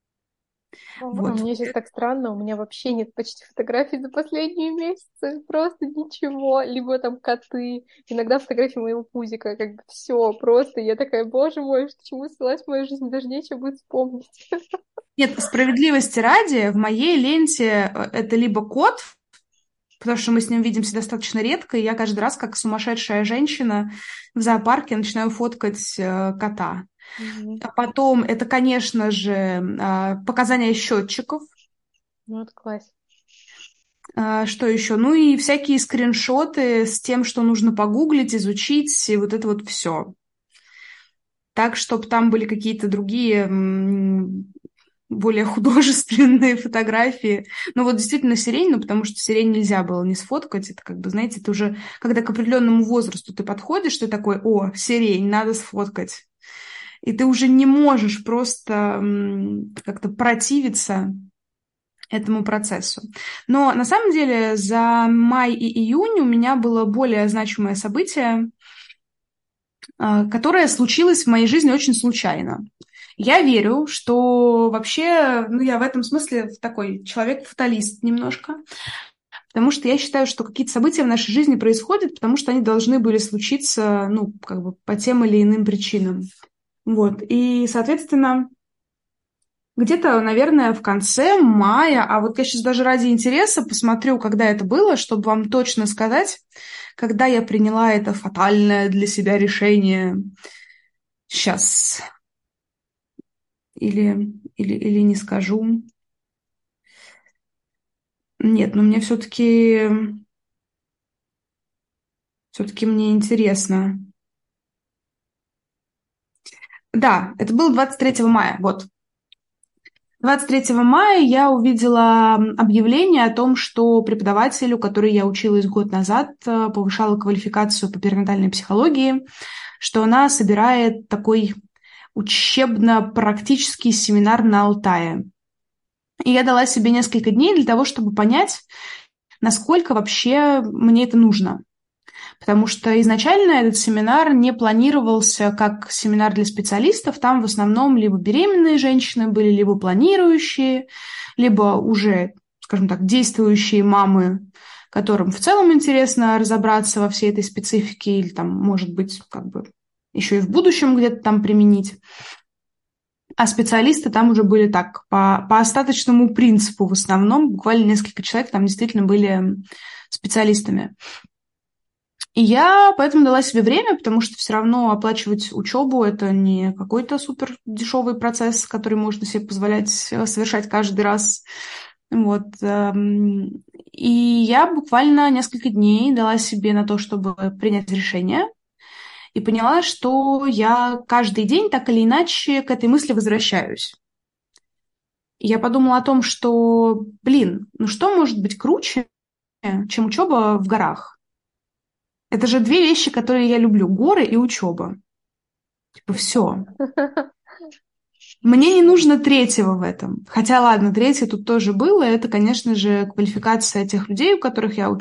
Вот. Мне сейчас так странно, у меня вообще нет почти фотографий за последние месяцы, просто ничего, либо там коты, иногда фотографии моего пузика, как бы все, просто я такая, боже мой, к чему свелась моя жизнь, даже нечего будет вспомнить. Нет, справедливости ради, в моей ленте это либо кот, потому что мы с ним видимся достаточно редко, и я каждый раз, как сумасшедшая женщина в зоопарке, начинаю фоткать кота. А потом это, конечно же, показания счетчиков. Ну, это класс. Что еще? Ну и всякие скриншоты с тем, что нужно погуглить, изучить, и вот это вот все. Так, чтобы там были какие-то другие более художественные фотографии. Ну вот действительно сирень, ну потому что сирень нельзя было не сфоткать. Это как бы, знаете, это уже, когда к определенному возрасту ты подходишь, ты такой, о, сирень, надо сфоткать. И ты уже не можешь просто как-то противиться этому процессу. Но на самом деле за май и июнь у меня было более значимое событие, которое случилось в моей жизни очень случайно. Я верю, что вообще, ну, я в этом смысле такой человек-фаталист немножко, потому что я считаю, что какие-то события в нашей жизни происходят, потому что они должны были случиться, ну, как бы по тем или иным причинам. Вот. И, соответственно, где-то, наверное, в конце мая, а вот я сейчас даже ради интереса посмотрю, когда это было, чтобы вам точно сказать, когда я приняла это фатальное для себя решение. Сейчас. Или не скажу. Нет, но мне все-таки мне интересно. Да, это было 23 мая, вот. 23 мая я увидела объявление о том, что преподавателю, который я училась год назад, повышала квалификацию по перинатальной психологии, что она собирает такой учебно-практический семинар на Алтае. И я дала себе несколько дней для того, чтобы понять, насколько вообще мне это нужно. Потому что изначально этот семинар не планировался как семинар для специалистов. Там в основном либо беременные женщины были, либо планирующие, либо уже, скажем так, действующие мамы, которым в целом интересно разобраться во всей этой специфике или там, может быть, как бы еще и в будущем где-то там применить. А специалисты там уже были так, по остаточному принципу в основном. Буквально несколько человек там действительно были специалистами. И я поэтому дала себе время, потому что все равно оплачивать учебу – это не какой-то супер дешевый процесс, который можно себе позволять совершать каждый раз. Вот. И я буквально несколько дней дала себе на то, чтобы принять решение, и поняла, что я каждый день так или иначе к этой мысли возвращаюсь. И я подумала о том, что, блин, ну что может быть круче, чем учеба в горах? Это же две вещи, которые я люблю: горы и учеба. Типа все. Мне не нужно третьего в этом. Хотя, ладно, третье тут тоже было. Это, конечно же, квалификация тех людей, у которых я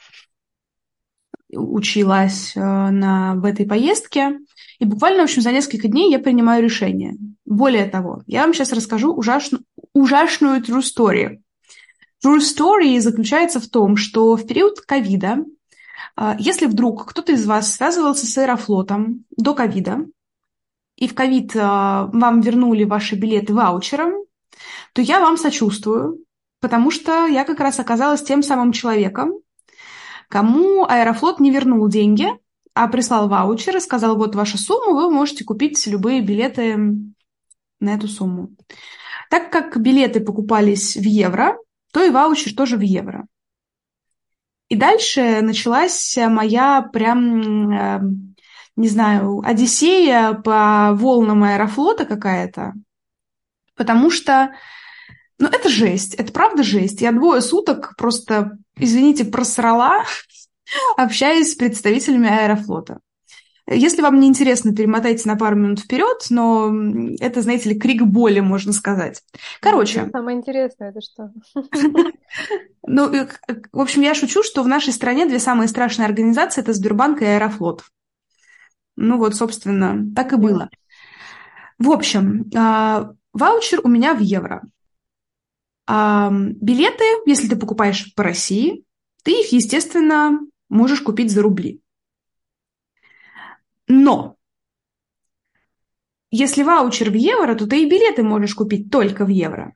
училась в этой поездке. И буквально, в общем, за несколько дней я принимаю решение. Более того, я вам сейчас расскажу ужасную true story. True story заключается в том, что в период ковида, если вдруг кто-то из вас связывался с Аэрофлотом до ковида, и в ковид вам вернули ваши билеты ваучером, то я вам сочувствую, потому что я как раз оказалась тем самым человеком, кому Аэрофлот не вернул деньги, а прислал ваучер и сказал: вот ваша сумма, вы можете купить любые билеты на эту сумму. Так как билеты покупались в евро, то и ваучер тоже в евро. И дальше началась моя прям, не знаю, одиссея по волнам Аэрофлота какая-то, потому что, Ну, это жесть, это правда жесть. Я 2 суток просто, извините, просрала, общаясь с представителями Аэрофлота. Если вам не интересно, перемотайте на пару минут вперед, но это, знаете ли, крик боли, можно сказать. Короче. Самое интересное, это что? Ну, в общем, я шучу, что в нашей стране 2 самые страшные организации – это Сбербанк и Аэрофлот. Ну вот, собственно, так и было. В общем, ваучер у меня в евро. Билеты, если ты покупаешь по России, ты их, естественно, можешь купить за рубли. Но если ваучер в евро, то ты и билеты можешь купить только в евро.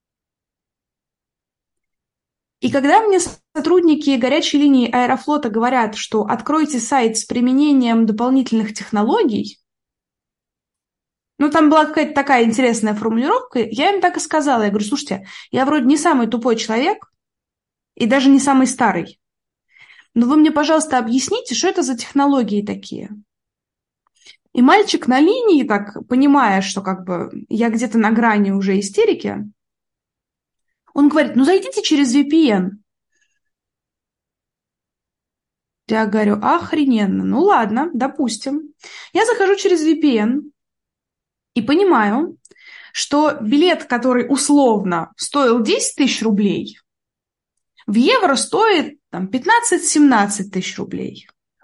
И когда мне сотрудники горячей линии Аэрофлота говорят, что откройте сайт с применением дополнительных технологий, ну, там была какая-то такая интересная формулировка, я им так и сказала. Я говорю, слушайте, я вроде не самый тупой человек и даже не самый старый. Но вы мне, пожалуйста, объясните, что это за технологии такие? И мальчик на линии, так, понимая, что как бы я где-то на грани уже истерики, он говорит, ну, зайдите через VPN. Я говорю, охрененно. Ну, ладно, допустим. Я захожу через VPN и понимаю, что билет, который условно стоил 10 тысяч рублей, в евро стоит там 15-17 тысяч рублей.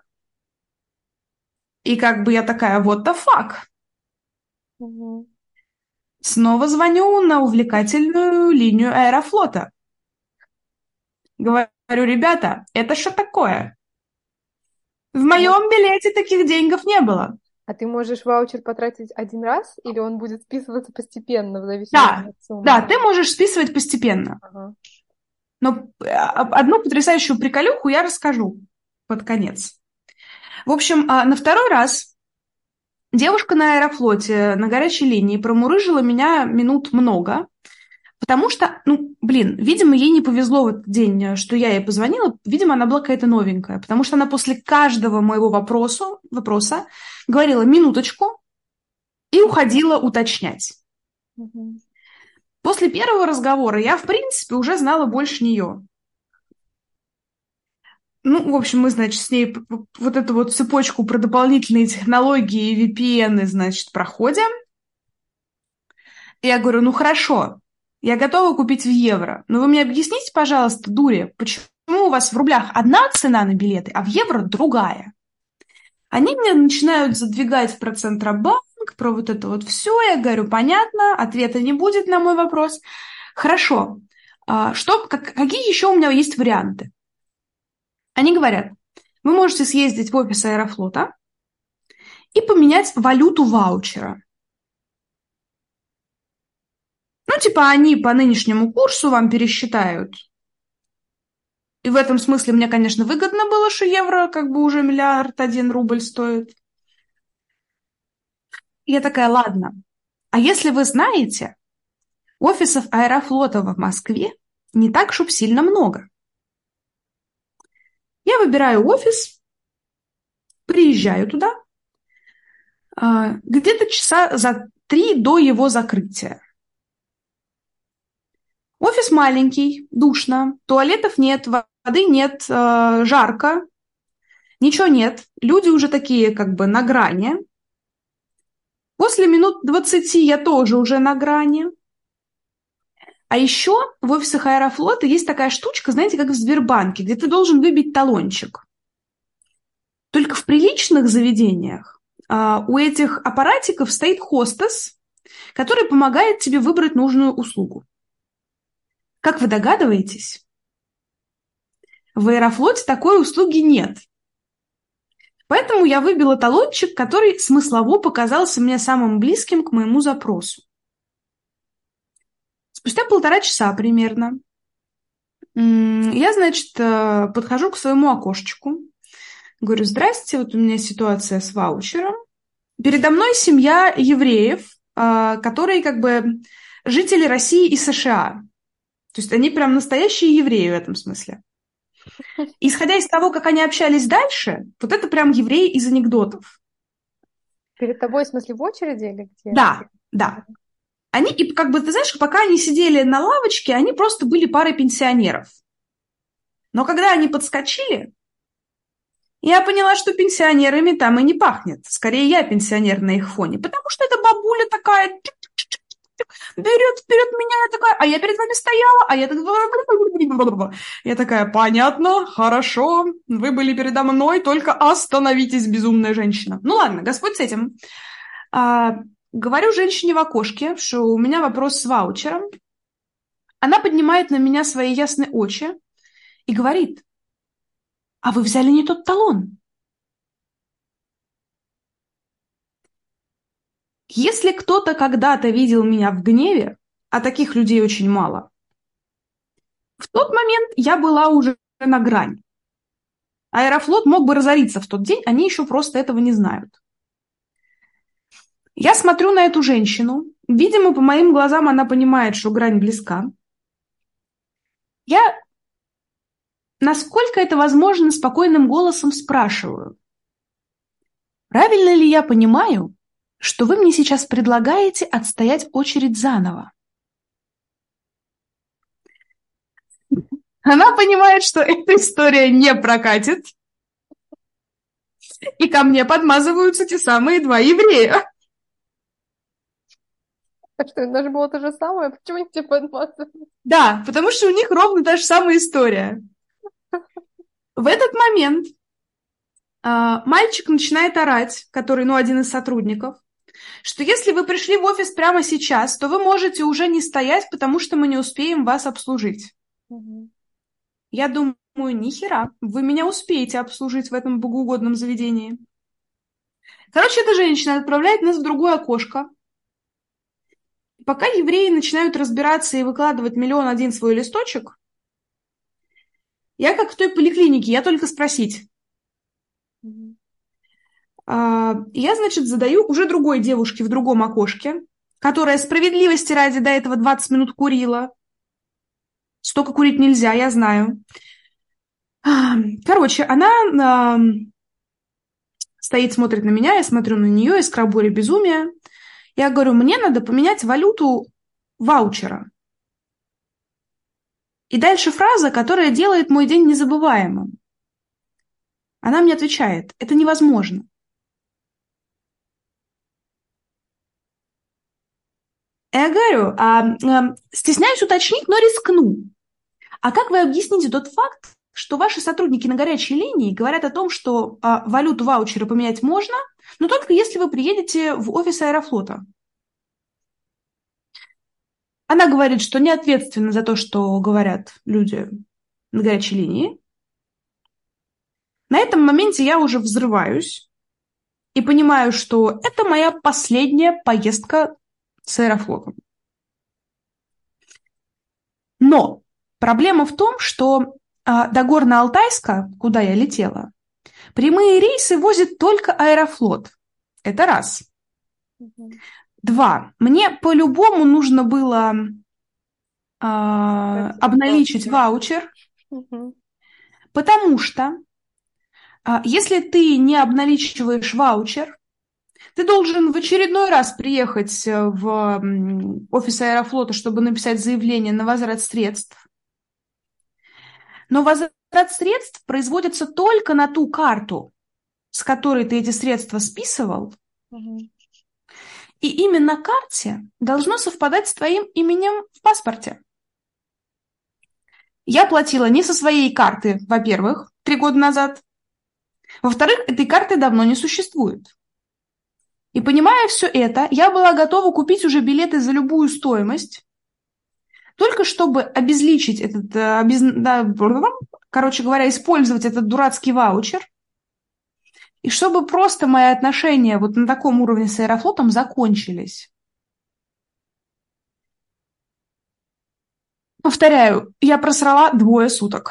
И как бы я такая, what the fuck? Угу. Снова звоню на увлекательную линию Аэрофлота. Говорю, ребята, это что такое? В моем билете таких денег не было. А ты можешь ваучер потратить один раз, или он будет списываться постепенно, в зависимости Да, от суммы? да, ты можешь списывать постепенно. Ага. Но одну потрясающую приколюху я расскажу под конец. В общем, на второй раз девушка на Аэрофлоте на горячей линии промурыжила меня минут много, потому что, видимо, ей не повезло в этот день, что я ей позвонила. Видимо, она была какая-то новенькая, потому что она после каждого моего вопроса говорила минуточку и уходила уточнять. Угу. После первого разговора я, в принципе, уже знала больше нее. Ну, в общем, мы, значит, с ней вот эту вот цепочку про дополнительные технологии и VPN, значит, проходим. И я говорю, ну хорошо, я готова купить в евро, но вы мне объясните, пожалуйста, дури, почему у вас в рублях одна цена на билеты, а в евро другая? Они мне начинают задвигать про Центробанк, про вот это вот все. Я говорю, понятно, ответа не будет на мой вопрос. Хорошо, какие еще у меня есть варианты? Они говорят, вы можете съездить в офис Аэрофлота и поменять валюту ваучера. Ну, типа, они по нынешнему курсу вам пересчитают. И в этом смысле мне, конечно, выгодно было, что евро как бы уже 1 рубль стоит. И я такая, ладно. А если вы знаете, офисов Аэрофлота в Москве не так, чтоб сильно много. Я выбираю офис, приезжаю туда, где-то часа за 3 до его закрытия. Офис маленький, душно, туалетов нет, воды нет, жарко, ничего нет. Люди уже такие как бы на грани. После минут 20 я тоже уже на грани. А еще в офисах Аэрофлота есть такая штучка, знаете, как в Сбербанке, где ты должен выбить талончик. Только в приличных заведениях у этих аппаратиков стоит хостес, который помогает тебе выбрать нужную услугу. Как вы догадываетесь, в Аэрофлоте такой услуги нет. Поэтому я выбила талончик, который смыслово показался мне самым близким к моему запросу. Спустя 1,5 часа примерно я, значит, подхожу к своему окошечку, говорю, здрасте, вот у меня ситуация с ваучером. Передо мной семья евреев, которые как бы жители России и США. То есть они прям настоящие евреи в этом смысле. Исходя из того, как они общались дальше, вот это прям евреи из анекдотов. Перед тобой, в смысле, в очереди или где? Да, да. Они, и как бы, ты знаешь, пока они сидели на лавочке, они просто были парой пенсионеров. Но когда они подскочили, я поняла, что пенсионерами там и не пахнет. Скорее, я пенсионер на их фоне. Потому что эта бабуля такая берет вперед меня, я такая, а я перед вами стояла, а я такая... Я такая, понятно, хорошо, вы были передо мной, только остановитесь, безумная женщина. Ну ладно, Господь с этим. Говорю женщине в окошке, что у меня вопрос с ваучером. Она поднимает на меня свои ясные очи и говорит, а вы взяли не тот талон. Если кто-то когда-то видел меня в гневе, а таких людей очень мало, в тот момент я была уже на грани. Аэрофлот мог бы разориться в тот день, они еще просто этого не знают. Я смотрю на эту женщину, видимо, по моим глазам она понимает, что грань близка. Я, насколько это возможно, спокойным голосом спрашиваю, правильно ли я понимаю, что вы мне сейчас предлагаете отстоять очередь заново? Она понимает, что эта история не прокатит, и ко мне подмазываются те самые два еврея. А что, даже было то же самое? Почему они тебя подмазывают? Да, потому что у них ровно та же самая история. В этот момент мальчик начинает орать, который, один из сотрудников, что если вы пришли в офис прямо сейчас, то вы можете уже не стоять, потому что мы не успеем вас обслужить. Угу. Я думаю, нихера, вы меня успеете обслужить в этом богоугодном заведении. Короче, эта женщина отправляет нас в другое окошко. Пока евреи начинают разбираться и выкладывать 1,000,001 свой листочек, я как в той поликлинике, я только спросить. Угу. Я, значит, задаю уже другой девушке в другом окошке, которая справедливости ради до этого 20 минут курила. Столько курить нельзя, я знаю. Короче, она стоит, смотрит на меня, я смотрю на нее, искра боли безумия. Я говорю, мне надо поменять валюту ваучера. И дальше фраза, которая делает мой день незабываемым. Она мне отвечает, это невозможно. Я говорю, стесняюсь уточнить, но рискну. А как вы объясните тот факт, что ваши сотрудники на горячей линии говорят о том, что валюту ваучера поменять можно, но только если вы приедете в офис Аэрофлота? Она говорит, что не ответственна за то, что говорят люди на горячей линии. На этом моменте я уже взрываюсь и понимаю, что это моя последняя поездка с Аэрофлотом. Но проблема в том, что до Горно-Алтайска, куда я летела, прямые рейсы возит только Аэрофлот. Это раз. Угу. Два. Мне по-любому нужно было обналичить ваучер, потому что если ты не обналичиваешь ваучер, ты должен в очередной раз приехать в офис Аэрофлота, чтобы написать заявление на возврат средств. Но возврат средств производится только на ту карту, с которой ты эти средства списывал. Угу. И имя на карте должно совпадать с твоим именем в паспорте. Я платила не со своей карты, во-первых, 3 года назад. Во-вторых, этой карты давно не существует. И понимая все это, я была готова купить уже билеты за любую стоимость, только чтобы обезличить этот, короче говоря, использовать этот дурацкий ваучер, и чтобы просто мои отношения вот на таком уровне с Аэрофлотом закончились. Повторяю, я просрала 2 суток.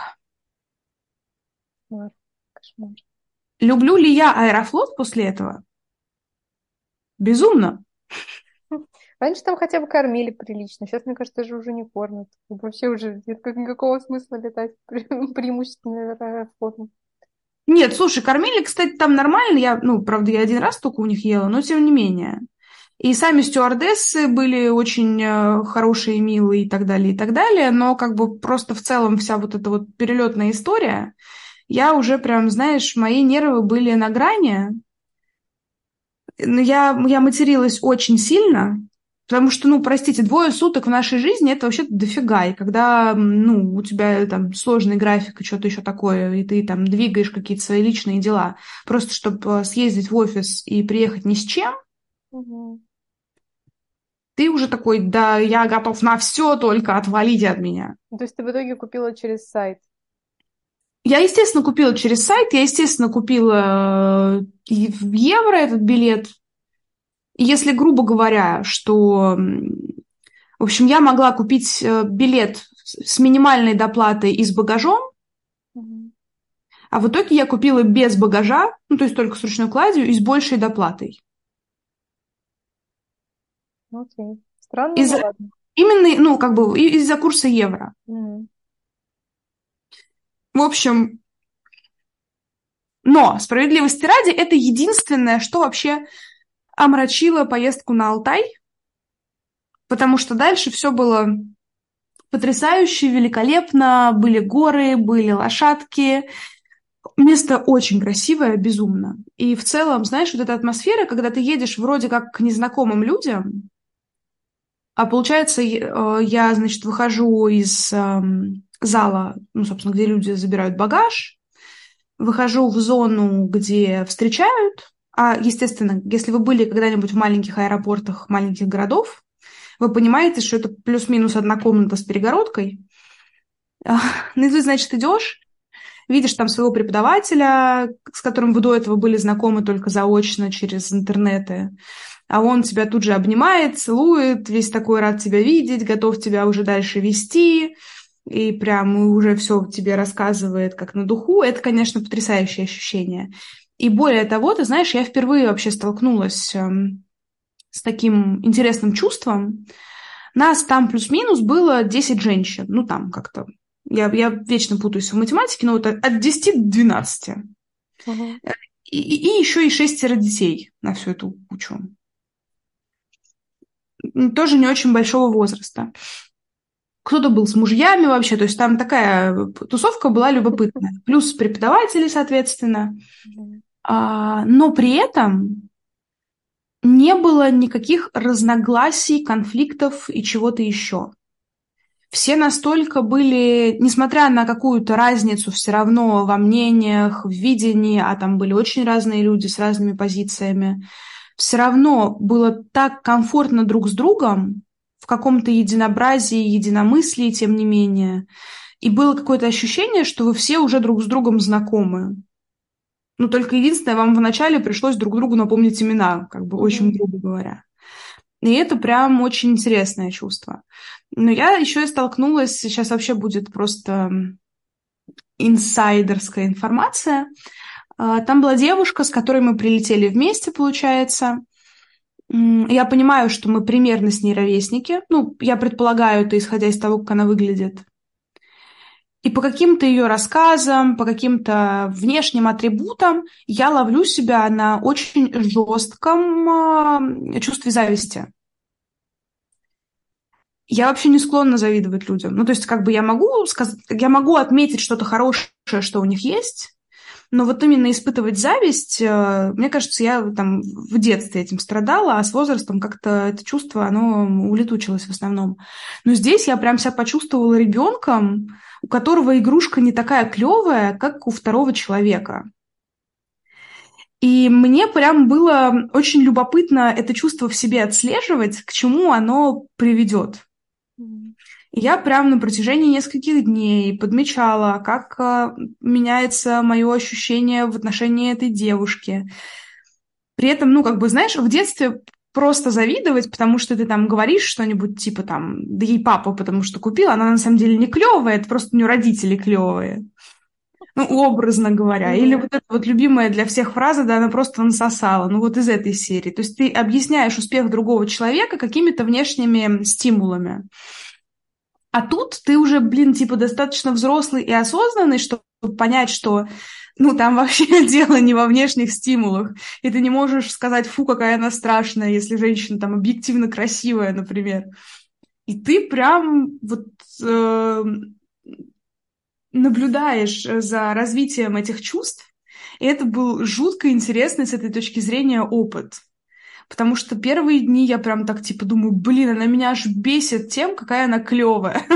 Кошмар. Люблю ли я Аэрофлот после этого? Безумно. Раньше там хотя бы кормили прилично. Сейчас, мне кажется, даже уже не кормят. Вообще уже нет никакого смысла летать преимущественно Аэрофлотом. Нет, слушай, кормили, кстати, там нормально. Правда, я 1 раз только у них ела, но тем не менее. И сами стюардессы были очень хорошие, милые и так далее, но как бы просто в целом вся вот эта вот перелетная история, я уже прям, знаешь, мои нервы были на грани. Но я материлась очень сильно, потому что, ну, простите, 2 суток в нашей жизни это вообще-то дофига. И когда, ну, у тебя там сложный график и что-то еще такое, и ты там двигаешь какие-то свои личные дела, просто чтобы съездить в офис и приехать ни с чем, Мгм. ты уже такой, да, я готов на все, только отвалите от меня. То есть ты в итоге купила через сайт? Я, естественно, купила через сайт, я, естественно, купила и в евро этот билет. И если, грубо говоря, что, в общем, я могла купить билет с минимальной доплатой и с багажом, Мгм. а в итоге я купила без багажа, ну, то есть только с ручной кладью и с большей доплатой. Окей. Странно, но Из-за, ладно. именно, ну, как бы, из-за курса евро. Мгм. В общем, но, справедливости ради, это единственное, что вообще омрачило поездку на Алтай, потому что дальше все было потрясающе, великолепно, были горы, были лошадки. Место очень красивое, безумно. И в целом, знаешь, вот эта атмосфера, когда ты едешь вроде как к незнакомым людям, а получается, я, значит, выхожу из зала, ну, собственно, где люди забирают багаж, выхожу в зону, где встречают, а, естественно, если вы были когда-нибудь в маленьких аэропортах маленьких городов, вы понимаете, что это плюс-минус одна комната с перегородкой. Ну, и ты, значит, идешь, видишь там своего преподавателя, с которым вы до этого были знакомы только заочно через интернеты, а он тебя тут же обнимает, целует, весь такой рад тебя видеть, готов тебя уже дальше вести, и прям уже все тебе рассказывает как на духу. Это, конечно, потрясающее ощущение. И более того, ты знаешь, я впервые вообще столкнулась с таким интересным чувством. Нас там плюс-минус было 10 женщин, ну там как-то. Я вечно путаюсь в математике, но вот от 10 до 12. Мгм. И еще и 6 детей на всю эту кучу. Тоже не очень большого возраста. Кто-то был с мужьями вообще, то есть там такая тусовка была любопытная. Плюс преподаватели, соответственно. Мгм. Но при этом не было никаких разногласий, конфликтов и чего-то еще. Все настолько были, несмотря на какую-то разницу все равно во мнениях, в видении, а там были очень разные люди с разными позициями, все равно было так комфортно друг с другом, в каком-то единообразии, единомыслии, тем не менее. И было какое-то ощущение, что вы все уже друг с другом знакомы. Ну, только единственное, вам вначале пришлось друг другу напомнить имена, как бы очень Мгм. грубо говоря. И это прям очень интересное чувство. Но я еще и столкнулась, сейчас вообще будет просто инсайдерская информация. Там была девушка, с которой мы прилетели вместе, получается. Я понимаю, что мы примерно с ней ровесники. Ну, я предполагаю это, исходя из того, как она выглядит. И по каким-то ее рассказам, по каким-то внешним атрибутам я ловлю себя на очень жестком чувстве зависти. Я вообще не склонна завидовать людям. Ну, то есть, как бы я могу сказать, я могу отметить что-то хорошее, что у них есть, но вот именно испытывать зависть, мне кажется, я там в детстве этим страдала, а с возрастом как-то это чувство, оно улетучилось в основном. Но здесь я прям себя почувствовала ребенком, у которого игрушка не такая клевая, как у второго человека. И мне прям было очень любопытно это чувство в себе отслеживать, к чему оно приведет. Мгм. Я прям на протяжении нескольких дней подмечала, как меняется мое ощущение в отношении этой девушки. При этом, ну, как бы, знаешь, в детстве просто завидовать, потому что ты там говоришь что-нибудь типа там, да ей папа потому что купил, она на самом деле не клевая, это просто у нее родители клевые. Ну, образно говоря. Или Мгм. вот эта вот любимая для всех фраза, да, она просто насосала. Ну, вот из этой серии. То есть ты объясняешь успех другого человека какими-то внешними стимулами. А тут ты уже, блин, типа достаточно взрослый и осознанный, чтобы понять, что ну, там вообще дело не во внешних стимулах. И ты не можешь сказать, фу, какая она страшная, если женщина там объективно красивая, например. И ты прям вот наблюдаешь за развитием этих чувств. И это был жутко интересный с этой точки зрения опыт. Потому что первые дни я прям так типа думаю, блин, она меня аж бесит тем, какая она клевая.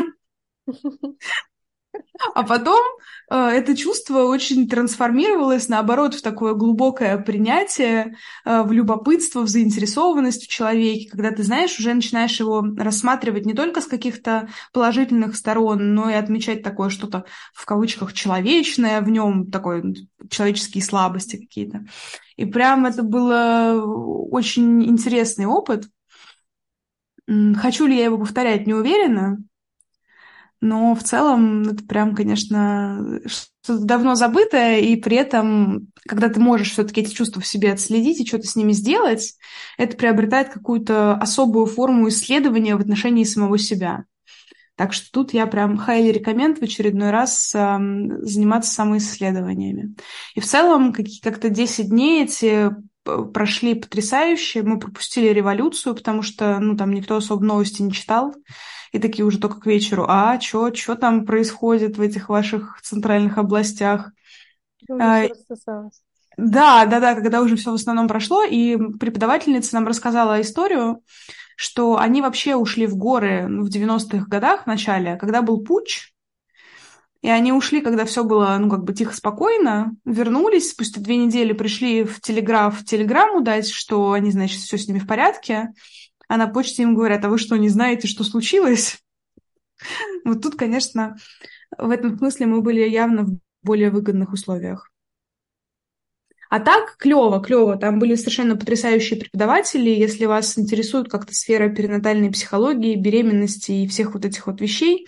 А потом это чувство очень трансформировалось, наоборот, в такое глубокое принятие, в любопытство, в заинтересованность в человеке, когда ты, знаешь, уже начинаешь его рассматривать не только с каких-то положительных сторон, но и отмечать такое что-то, в кавычках, человечное в нем, такое человеческие слабости какие-то. И прям это было очень интересный опыт. Хочу ли я его повторять, не уверена. Но в целом это прям, конечно, что-то давно забытое, и при этом, когда ты можешь все-таки эти чувства в себе отследить и что-то с ними сделать, это приобретает какую-то особую форму исследования в отношении самого себя. Так что тут я прям highly recommend в очередной раз заниматься самоисследованиями. И в целом как-то 10 дней эти прошли потрясающе. Мы пропустили революцию, потому что ну, там никто особо новости не читал. И такие уже только к вечеру, что там происходит в этих ваших центральных областях? Уже все рассосалось. Да, когда уже все в основном прошло, и преподавательница нам рассказала историю, что они вообще ушли в горы в 90-х годах в начале, когда был путч, и они ушли, когда все было, ну, как бы тихо, спокойно, вернулись, спустя 2 недели пришли в телеграмму дать, что они, значит, все с ними в порядке, а на почте им говорят, а вы что, не знаете, что случилось? Вот тут, конечно, в этом смысле мы были явно в более выгодных условиях. А так, клево, клево. Там были совершенно потрясающие преподаватели. Если вас интересует как-то сфера перинатальной психологии, беременности и всех вот этих вот вещей,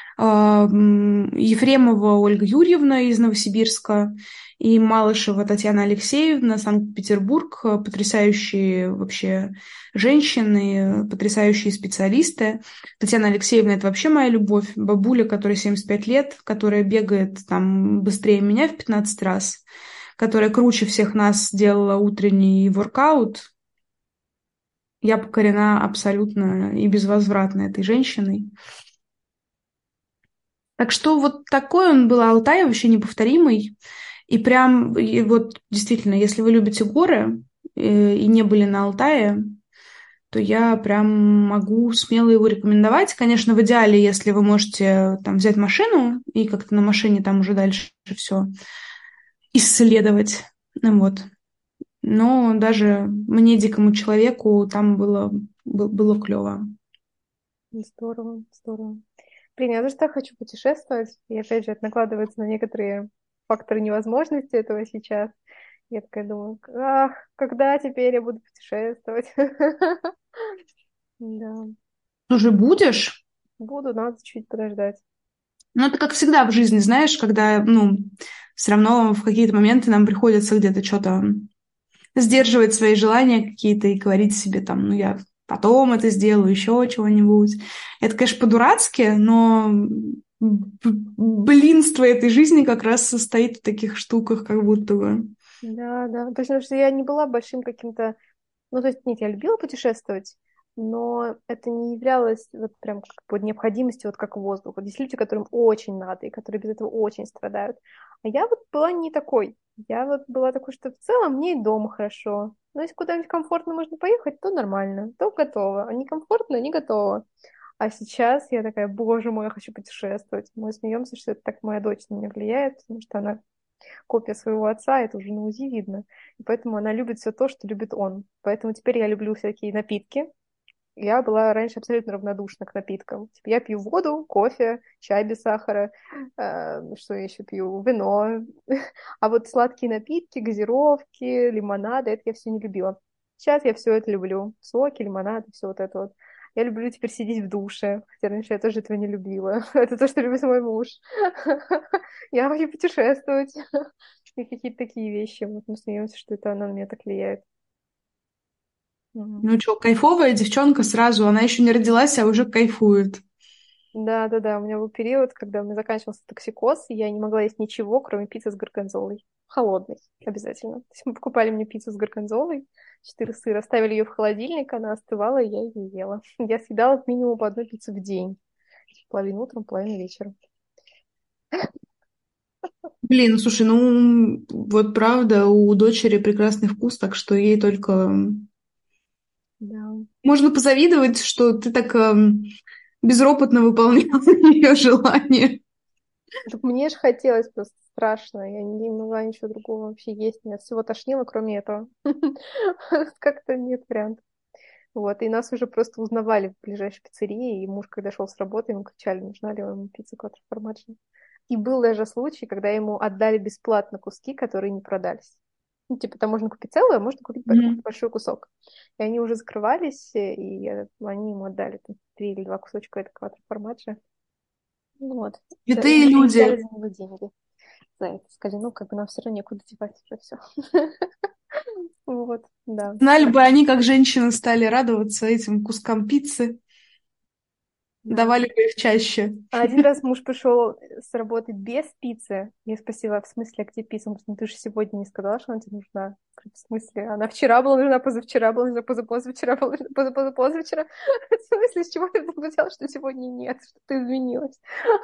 Ефремова Ольга Юрьевна из Новосибирска и Малышева Татьяна Алексеевна, Санкт-Петербург, потрясающие вообще женщины, потрясающие специалисты. Татьяна Алексеевна — это вообще моя любовь. Бабуля, которой 75 лет, которая бегает там быстрее меня в 15 раз, которая круче всех нас сделала утренний воркаут. Я покорена абсолютно и безвозвратно этой женщиной. Так что вот такой он был Алтай, вообще неповторимый. И прям, и вот действительно, если вы любите горы и не были на Алтае, то я прям могу смело его рекомендовать. Конечно, в идеале, если вы можете там взять машину и как-то на машине там уже дальше все исследовать. Ну вот. Но даже мне, дикому человеку, там было клево. Здорово, здорово. Блин, я тоже так хочу путешествовать. И опять же, это накладывается на некоторые факторы невозможности этого сейчас. Я такая думаю, ах, когда теперь я буду путешествовать? Да, Уже будешь? буду, надо чуть подождать. Ну, это как всегда в жизни, знаешь, когда, ну, все равно в какие-то моменты нам приходится где-то что-то сдерживать свои желания какие-то и говорить себе там, ну, я потом это сделаю, еще чего-нибудь. Это, конечно, по-дурацки, но блинство этой жизни как раз состоит в таких штуках, как будто бы. Да, да. Потому что я не была большим каким-то... Ну, то есть, нет, я любила путешествовать, но это не являлось вот прям как бы необходимостью, вот как воздух. Вот есть люди, которым очень надо, и которые без этого очень страдают. А я вот была не такой. Я вот была такой, что в целом мне и дома хорошо. Но если куда-нибудь комфортно можно поехать, то нормально, то готово. А некомфортно, не готово. А сейчас я такая, боже мой, я хочу путешествовать. Мы смеемся, что это так моя дочь на меня влияет, потому что она копия своего отца, это уже на УЗИ видно. И поэтому она любит все то, что любит он. Поэтому теперь я люблю всякие напитки. Я была раньше абсолютно равнодушна к напиткам. Типа, я пью воду, кофе, чай без сахара, что я еще пью, вино. А вот сладкие напитки, газировки, лимонады, это я все не любила. Сейчас я все это люблю. Соки, лимонады, все вот это вот. Я люблю теперь сидеть в душе, хотя раньше я тоже этого не любила. Это то, что любит мой муж. Я хочу путешествовать. И какие-то такие вещи. Вот мы смеемся, что это она на меня так влияет. Ну что, кайфовая девчонка сразу, она еще не родилась, а уже кайфует. Да-да-да, у меня был период, когда у меня заканчивался токсикоз, и я не могла есть ничего, кроме пиццы с горгонзолой. Холодной, обязательно. То есть мы покупали мне пиццу с горгонзолой, 4 сыра, ставили ее в холодильник, она остывала, и я ее ела. Я съедала минимум по одной пицце в день. Половину утром, половину вечером. Блин, ну слушай, ну вот правда, у дочери прекрасный вкус, так что ей только Да. можно позавидовать, что ты так безропотно выполняла ее желание. Так мне же хотелось просто страшно. Я не могла ничего другого вообще есть. Меня всего тошнило, кроме этого. Как-то нет вариантов. Вот, и нас уже просто узнавали в ближайшей пиццерии, и муж, когда шел с работы, ему кричали, нужна ли ему пицца квадроформачная. И был даже случай, когда ему отдали бесплатно куски, которые не продались. Ну, типа, там можно купить целую, а можно купить Мгм. большой кусок. И они уже закрывались, и они ему отдали там, 3 или 2 кусочка этого квадроформача. Ну вот. Святые И люди. взяли за него деньги за это. Сказали, ну, как бы нам все равно некуда девать уже все. Вот, да. Знали бы они, как женщины стали радоваться этим кускам пиццы, Да. давали бы их чаще. А один раз муж пришел с работы без пиццы. Я спросила, в смысле, а где пицца? Он говорит, ну ты же сегодня не сказала, что она тебе нужна. Я говорю, в смысле? Она вчера была нужна, позавчера была нужна, позапозвучера была нужна, позапозвучера. В смысле, с чего ты вдруг взяла, что сегодня нет, что-то изменилось?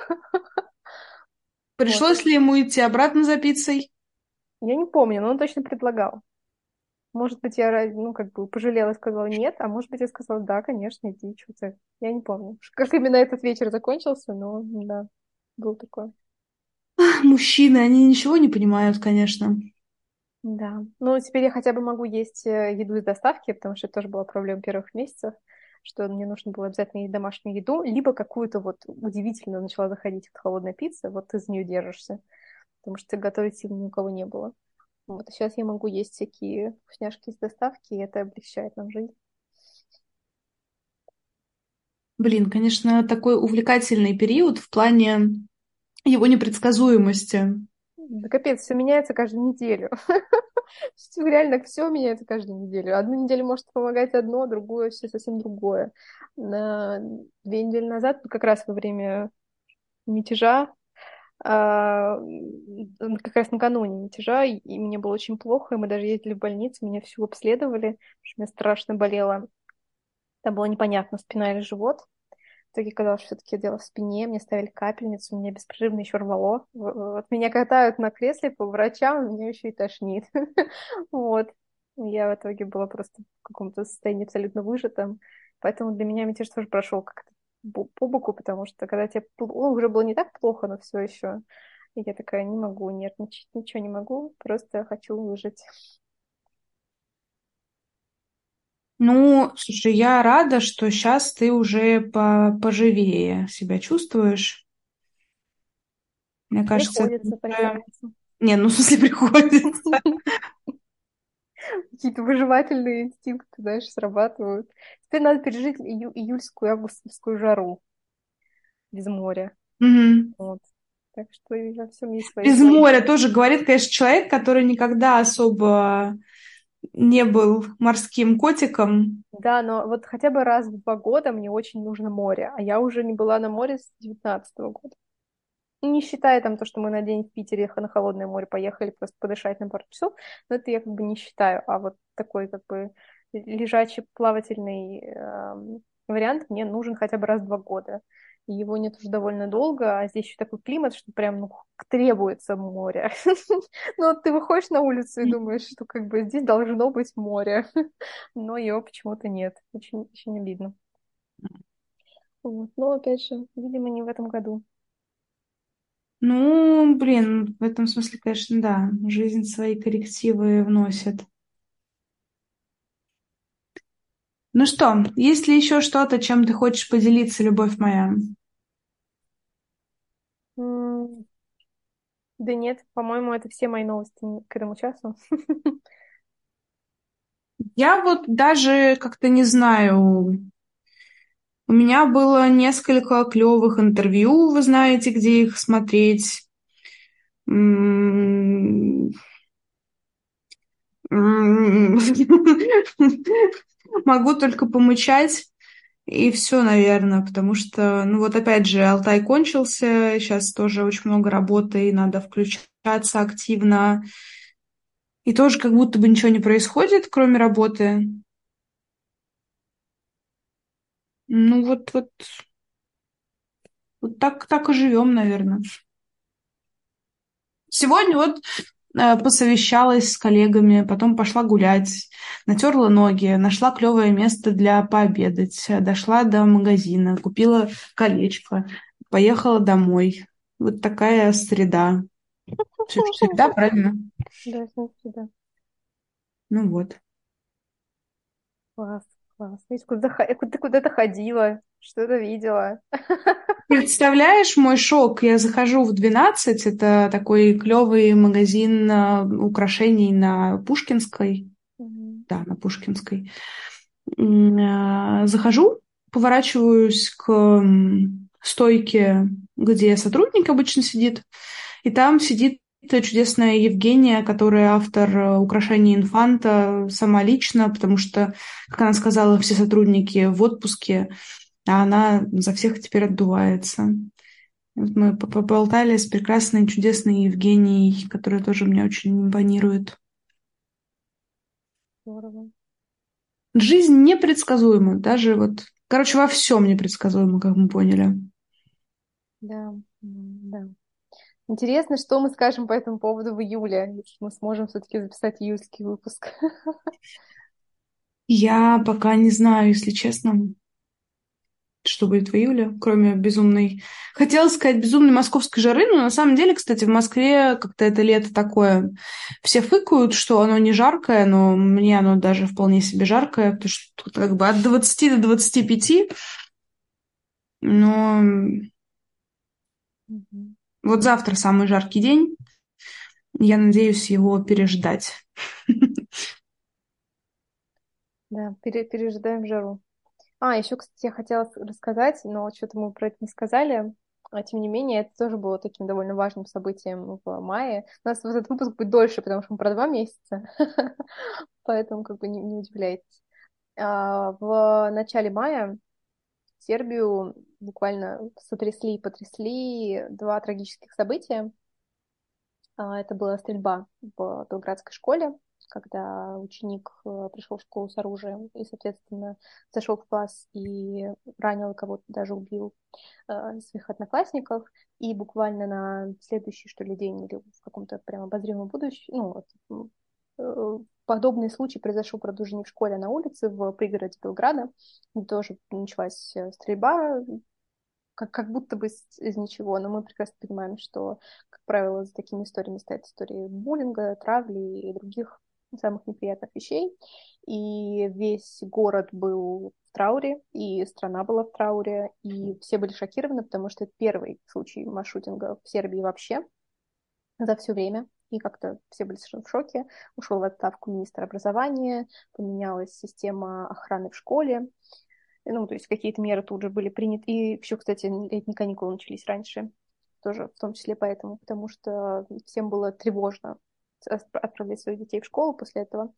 Вот. Пришлось ли ему идти обратно за пиццей? Я не помню, но он точно предлагал. Может быть, я, ну, как бы пожалела и сказала нет, а может быть, я сказала, да, конечно, иди, что ты. Я не помню, как именно этот вечер закончился, но да, был такое. Мужчины, они ничего не понимают, конечно. Да. Ну, теперь я хотя бы могу есть еду из доставки, потому что это тоже была проблема первых месяцев, что мне нужно было обязательно есть домашнюю еду, либо какую-то вот удивительно начала заходить вот холодная пицца, вот ты за нее держишься, потому что готовить сил ни у кого не было. Вот, а сейчас я могу есть всякие вкусняшки из доставки, и это облегчает нам жизнь. Блин, конечно, такой увлекательный период в плане его непредсказуемости. Да капец, все меняется каждую неделю. Реально все меняется каждую неделю. Одну неделю может помогать одно, другое все совсем другое. На 2 недели назад, ну, как раз во время мятежа, как раз накануне мятежа, и мне было очень плохо, и мы даже ездили в больницу, меня всю обследовали, потому что мне страшно болело. Там было непонятно, спина или живот. В итоге казалось, что все-таки дело в спине, мне ставили капельницу, меня беспрерывно еще рвало. Вот меня катают на кресле по врачам, меня еще и тошнит. Вот. Я в итоге была просто в каком-то состоянии абсолютно выжатом. Поэтому для меня мятеж тоже прошел как-то по боку, потому что когда тебе уже было не так плохо, но все еще. И я такая, не могу нервничать, ничего не могу, просто хочу выжить. Ну, слушай, я рада, что сейчас ты уже поживее себя чувствуешь. Мне кажется, это уже... Приходится. Не, ну, в смысле, приходится. Какие-то выживательные инстинкты, знаешь, срабатывают. Теперь надо пережить июльскую, августовскую жару без моря. Мгм. Вот. Так что и во всем есть свои Без плюсы. моря тоже говорит, конечно, человек, который никогда особо не был морским котиком. Да, но вот хотя бы раз в 2 года мне очень нужно море, а я уже не была на море с 19-го года. Ну, не считая там то, что мы на день в Питере на холодное море поехали просто подышать на пару часов, но это я как бы не считаю. А вот такой как бы лежачий плавательный вариант мне нужен хотя бы раз в 2 года. И его нет уже довольно долго, а здесь еще такой климат, что прям ну, требуется море. Ну, вот ты выходишь на улицу и думаешь, что как бы здесь должно быть море, но его почему-то нет. Очень, очень обидно. Вот. Но опять же, видимо, не в этом году. Ну, блин, в этом смысле, конечно, да, жизнь свои коррективы вносит. Ну что, есть ли еще что-то, чем ты хочешь поделиться, любовь моя? М, Да нет, по-моему, это все мои новости к этому часу. Я вот даже как-то не знаю. У меня было несколько клевых интервью, вы знаете, где их смотреть. М, м, Могу только помычать И все, наверное, потому что, ну вот опять же, Алтай кончился, сейчас тоже очень много работы, и надо включаться активно. И тоже как будто бы ничего не происходит, кроме работы. Ну вот так и живем, наверное. Сегодня вот посовещалась с коллегами, потом пошла гулять, натерла ноги, нашла клевое место для пообедать, дошла до магазина, купила колечко, поехала домой. Вот такая среда. Все среда, правильно? Да, да. Ну вот. Класс, класс. Видишь, ты куда-то ходила, что-то видела. Представляешь мой шок? Я захожу в 12, это такой клевый магазин украшений на Пушкинской. Мгм. Да, на Пушкинской. Захожу, поворачиваюсь к стойке, где сотрудник обычно сидит, и там сидит чудесная Евгения, которая автор украшений Инфанта, сама лично, потому что, как она сказала, все сотрудники в отпуске, а она за всех теперь отдувается. Вот мы поболтали с прекрасной, чудесной Евгенией, которая тоже мне очень импонирует. Здорово. Жизнь непредсказуема, даже вот, короче, во всем непредсказуемо, как мы поняли. Да, да. Интересно, что мы скажем по этому поводу в июле, если мы сможем все-таки записать июльский выпуск. Я пока не знаю, если честно, что будет в июле, кроме безумной... Хотела сказать безумной московской жары, но на самом деле, кстати, в Москве как-то это лето такое. Все фыкают, что оно не жаркое, но мне оно даже вполне себе жаркое, потому что тут как бы от 20 до 25. Но Мгм. вот завтра самый жаркий день. Я надеюсь его переждать. Да, пережидаем жару. А, еще, кстати, я хотела рассказать, но что-то мы про это не сказали. А тем не менее, это тоже было таким довольно важным событием в мае. У нас вот этот выпуск будет дольше, потому что мы про 2 месяца, поэтому как бы не удивляйтесь. В начале мая Сербию буквально сотрясли и потрясли два трагических события. Это была стрельба в Белградской школе, когда ученик пришел в школу с оружием и, соответственно, зашел в класс и ранил кого-то, даже убил своих одноклассников. И буквально на следующий, что ли, день или в каком-то прям обозримом будущем, ну, вот, подобный случай произошел, правда, уже не в школе, а на улице, в пригороде Белграда, где тоже началась стрельба, как будто бы из ничего, но мы прекрасно понимаем, что, как правило, за такими историями стоят истории буллинга, травли и других самых неприятных вещей. И весь город был в трауре, и страна была в трауре, и все были шокированы, потому что это первый случай масс-шутинга в Сербии вообще за все время. И как-то все были совершенно в шоке. Ушел в отставку министр образования, поменялась система охраны в школе. Ну, то есть какие-то меры тут же были приняты. И еще, кстати, летние каникулы начались раньше. Тоже в том числе поэтому, потому что всем было тревожно отправлять своих детей в школу после этого.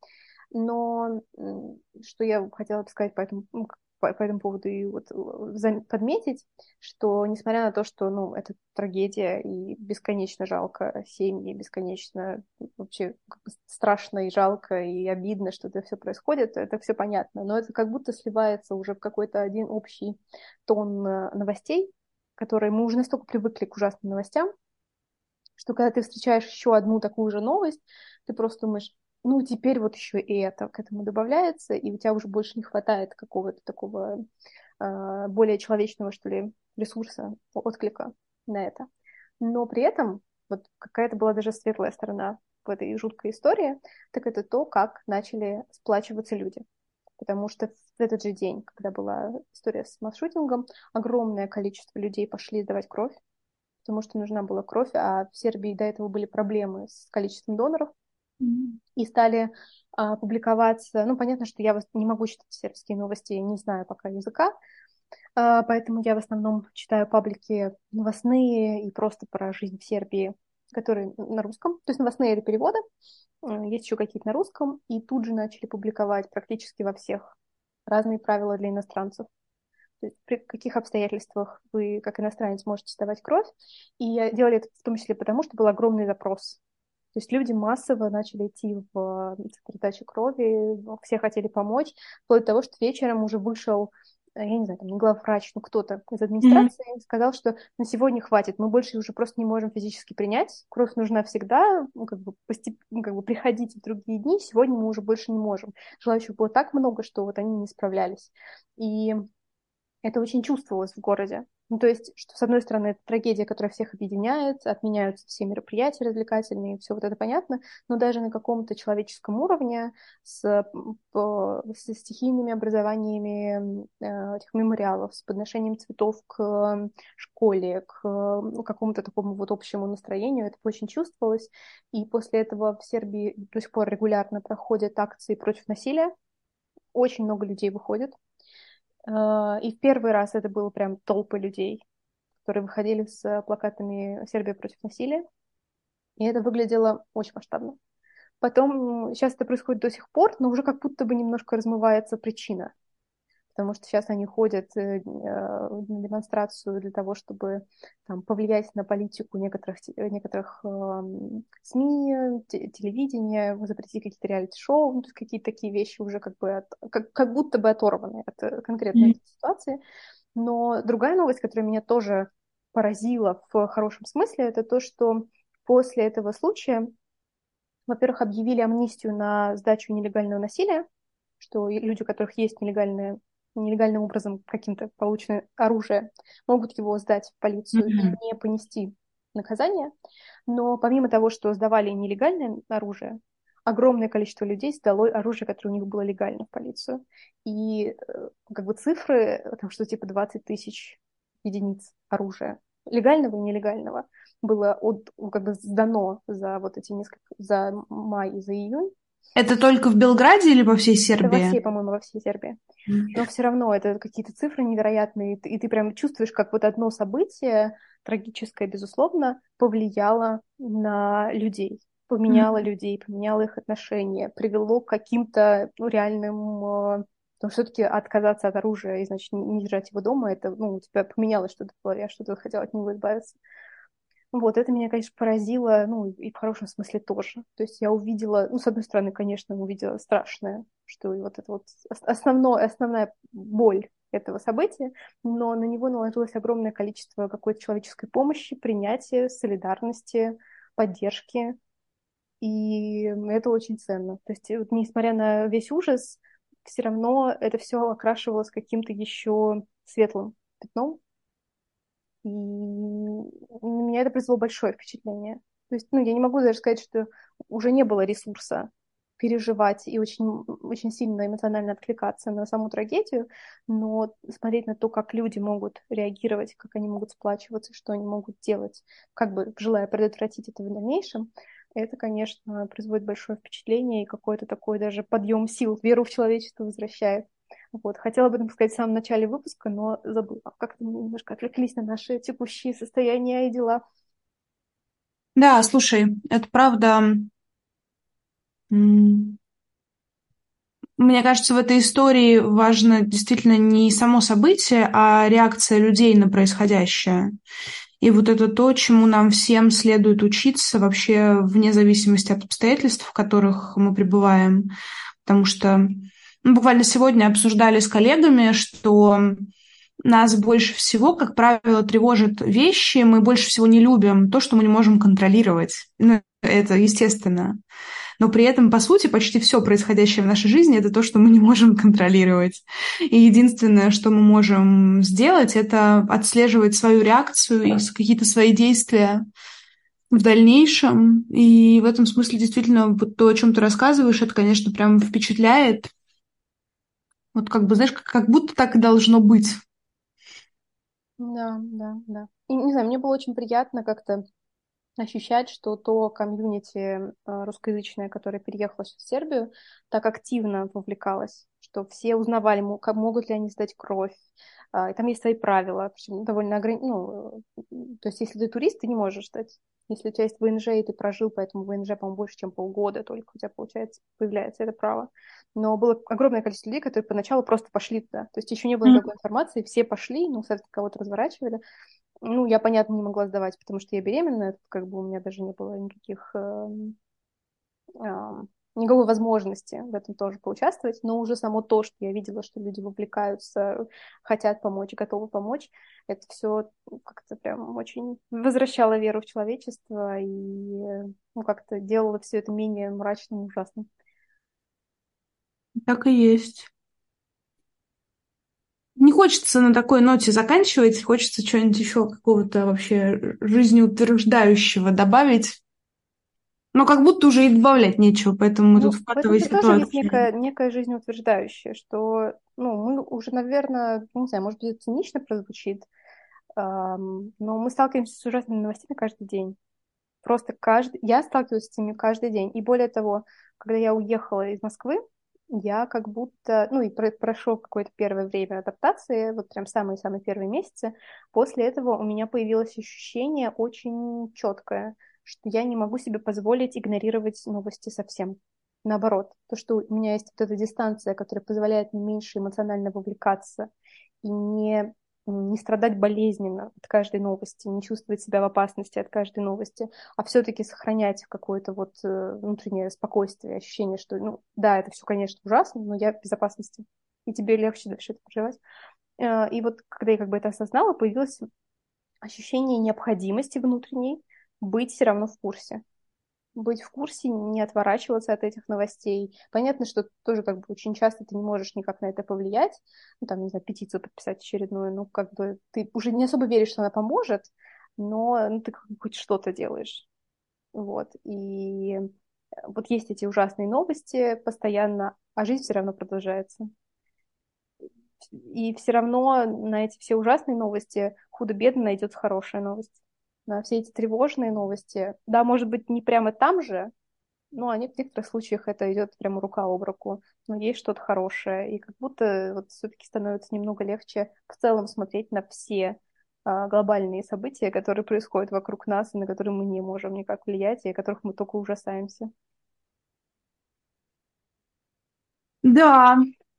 Но что я хотела бы сказать по этому, ну, по этому поводу и вот подметить, что несмотря на то, что ну, это трагедия и бесконечно жалко семьи, бесконечно вообще как бы страшно и жалко и обидно, что это все происходит, это все понятно, но это как будто сливается уже в какой-то один общий тон новостей, которые мы уже настолько привыкли к ужасным новостям, что когда ты встречаешь еще одну такую же новость, ты просто думаешь, ну, теперь вот еще и это к этому добавляется, и у тебя уже больше не хватает какого-то такого более человечного, что ли, ресурса, отклика на это. Но при этом вот какая-то была даже светлая сторона в этой жуткой истории, так это то, как начали сплачиваться люди. Потому что в этот же день, когда была история с масс-шутингом, огромное количество людей пошли сдавать кровь, потому что нужна была кровь, а в Сербии до этого были проблемы с количеством доноров, Мгм. и стали публиковаться, ну, понятно, что я не могу читать сербские новости, не знаю пока языка, поэтому я в основном читаю паблики новостные и просто про жизнь в Сербии, которые на русском, то есть новостные это переводы, есть еще какие-то на русском, и тут же начали публиковать практически во всех разные правила для иностранцев. то есть при каких обстоятельствах вы, как иностранец, можете сдавать кровь. И делали это в том числе потому, что был огромный запрос. То есть люди массово начали идти в центр сдачи крови, все хотели помочь, вплоть до того, что вечером уже вышел, я не знаю, там, не главврач, ну кто-то из Мгм. администрации, сказал, что на сегодня хватит, мы больше уже просто не можем физически принять, кровь нужна всегда, ну, как бы, ну, как бы приходите в другие дни, сегодня мы уже больше не можем. Желающих было так много, что вот они не справлялись. И это очень чувствовалось в городе. Ну, то есть, что, с одной стороны, это трагедия, которая всех объединяет, отменяются все мероприятия развлекательные, все вот это понятно, но даже на каком-то человеческом уровне с стихийными образованиями этих мемориалов, с подношением цветов к школе, к ну, какому-то такому вот общему настроению, это очень чувствовалось. И после этого в Сербии до сих пор регулярно проходят акции против насилия. Очень много людей выходит. И в первый раз это было прям толпы людей, которые выходили с плакатами «Сербия против насилия». И это выглядело очень масштабно. Потом, сейчас это происходит до сих пор, но уже как будто бы немножко размывается причина. Потому что сейчас они ходят на демонстрацию для того, чтобы там, повлиять на политику некоторых СМИ, телевидения, запретить какие-то реалити-шоу, ну, то есть какие-то такие вещи уже как бы как будто бы оторваны от конкретной Мгм. этой ситуации. Но другая новость, которая меня тоже поразила в хорошем смысле, это то, что после этого случая, во-первых, объявили амнистию на сдачу нелегального насилия, что люди, у которых есть нелегальным образом каким-то полученное оружие, могут его сдать в полицию и Мгм. не понести наказание. Но помимо того, что сдавали нелегальное оружие, огромное количество людей сдало оружие, которое у них было легально в полицию. И как бы цифры, там что типа 20 тысяч единиц оружия, легального и нелегального, было как бы сдано за вот эти за май и за июнь. Это только в Белграде или по всей Это во Сербии? всей, по-моему, во всей Сербии. Мгм. Но все равно это какие-то цифры невероятные, и ты прям чувствуешь, как вот одно событие, трагическое, безусловно, повлияло на людей, поменяло людей, поменяло их отношения, привело к каким-то ну, реальным... Но все-таки отказаться от оружия и, значит, не держать его дома, это, ну, у тебя поменялось что-то в голове, что ты хотел от него избавиться. Вот, это меня, конечно, поразило, ну, и в хорошем смысле тоже. То есть я увидела, ну, с одной стороны, конечно, увидела страшное, что и вот это вот основная боль этого события, но на него наложилось огромное количество какой-то человеческой помощи, принятия, солидарности, поддержки, и это очень ценно. То есть, вот, несмотря на весь ужас, все равно это все окрашивалось каким-то еще светлым пятном, и на меня это произвело большое впечатление. То есть, ну, я не могу даже сказать, что уже не было ресурса переживать и очень, очень сильно эмоционально откликаться на саму трагедию, но смотреть на то, как люди могут реагировать, как они могут сплачиваться, что они могут делать, как бы желая предотвратить это в дальнейшем, это, конечно, производит большое впечатление и какой-то такой даже подъем сил, веру в человечество возвращает. Вот. Хотела об этом сказать в самом начале выпуска, но забыла. Как-то мы немножко отвлеклись на наши текущие состояния и дела. Да, слушай, это правда. м, Мне кажется, в этой истории важно действительно не само событие, а реакция людей на происходящее. И вот это то, чему нам всем следует учиться вообще вне зависимости от обстоятельств, в которых мы пребываем. Потому что мы буквально сегодня обсуждали с коллегами, что нас больше всего, как правило, тревожат вещи, мы больше всего не любим то, что мы не можем контролировать. Ну, это естественно. Но при этом, по сути, почти все происходящее в нашей жизни — это то, что мы не можем контролировать. И единственное, что мы можем сделать, это отслеживать свою реакцию и какие-то свои действия в дальнейшем. И в этом смысле действительно вот то, о чем ты рассказываешь, это, конечно, прям впечатляет. Вот как бы, знаешь, как будто так и должно быть. Да, да, да. И, не знаю, мне было очень приятно как-то ощущать, что то комьюнити русскоязычное, которое переехало сейчас в Сербию, так активно вовлекалось, что все узнавали, могут ли они сдать кровь. И там есть свои правила, причем довольно то есть если ты турист, ты не можешь сдать. Если у тебя есть ВНЖ, и ты прожил по этому ВНЖ, по-моему, больше, чем полгода только у тебя, получается, появляется это право. Но было огромное количество людей, которые поначалу просто пошли туда. То есть еще не было никакой информации, все пошли, соответственно, кого-то разворачивали. Я, понятно, не могла сдавать, потому что я беременная, как бы у меня даже не было никакой возможности в этом тоже поучаствовать, но уже само то, что я видела, что люди вовлекаются, хотят помочь, готовы помочь, это все как-то прям очень возвращало веру в человечество и как-то делало все это менее мрачным и ужасным. Так и есть. Не хочется на такой ноте заканчивать, хочется что-нибудь еще какого-то вообще жизнеутверждающего добавить. Но как будто уже и добавлять нечего, поэтому мы тут в В этом патовой же тоже есть ситуации. некая жизнеутверждающая, что, мы уже, наверное, не знаю, может быть, это цинично прозвучит, но мы сталкиваемся с ужасными новостями каждый день. Просто я сталкиваюсь с ними каждый день. И более того, когда я уехала из Москвы, я как будто, и прошло какое-то первое время адаптации, вот прям самые-самые первые месяцы, после этого у меня появилось ощущение очень четкое, что я не могу себе позволить игнорировать новости совсем. Наоборот, то, что у меня есть вот эта дистанция, которая позволяет мне меньше эмоционально вовлекаться и не страдать болезненно от каждой новости, не чувствовать себя в опасности от каждой новости, а все-таки сохранять какое-то внутреннее спокойствие, ощущение, что, да, это все, конечно, ужасно, но я в безопасности, и тебе легче дальше это проживать. И вот когда я как бы это осознала, появилось ощущение необходимости внутренней быть все равно в курсе. Быть в курсе, не отворачиваться от этих новостей. Понятно, что тоже как бы очень часто ты не можешь никак на это повлиять, не знаю, петицию подписать очередную, как бы ты уже не особо веришь, что она поможет, но ты хоть что-то делаешь. Вот. И вот есть эти ужасные новости постоянно, а жизнь все равно продолжается. И все равно на эти все ужасные новости худо-бедно найдется хорошая новость. На все эти тревожные новости, да, может быть, не прямо там же, но в некоторых случаях это идет прямо рука об руку, но есть что-то хорошее, и как будто вот все-таки становится немного легче в целом смотреть на все глобальные события, которые происходят вокруг нас, и на которые мы не можем никак влиять, и о которых мы только ужасаемся. Да,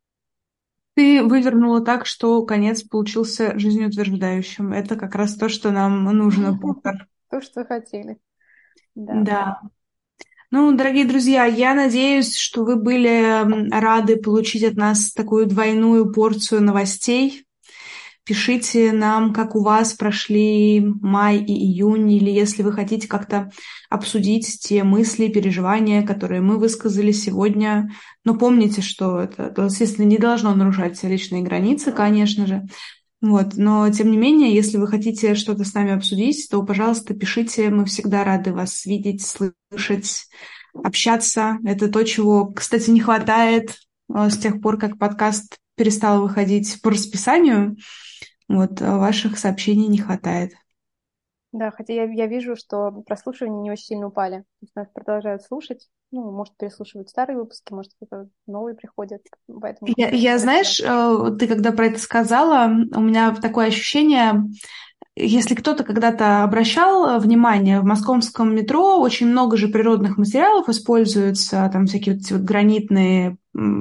ты вывернула так, что конец получился жизнеутверждающим. Это как раз то, что нам нужно, Поттер. То, что хотели. Да. Да. Ну, дорогие друзья, я надеюсь, что вы были рады получить от нас такую двойную порцию новостей. Пишите нам, как у вас прошли май и июнь, или если вы хотите как-то обсудить те мысли, переживания, которые мы высказали сегодня. Но помните, что это, естественно, не должно нарушать все личные границы, конечно же. Вот. Но, тем не менее, если вы хотите что-то с нами обсудить, то, пожалуйста, пишите. Мы всегда рады вас видеть, слышать, общаться. Это то, чего, кстати, не хватает с тех пор, как подкаст перестал выходить по расписанию. Вот, ваших сообщений не хватает. Да, хотя я вижу, что прослушивания не очень сильно упали. То есть нас продолжают слушать. Может, переслушивают старые выпуски, может, кто-то новые приходит. Поэтому Знаешь, ты когда про это сказала, у меня такое ощущение, если кто-то когда-то обращал внимание, в московском метро очень много же природных материалов используются, там всякие вот эти вот гранитные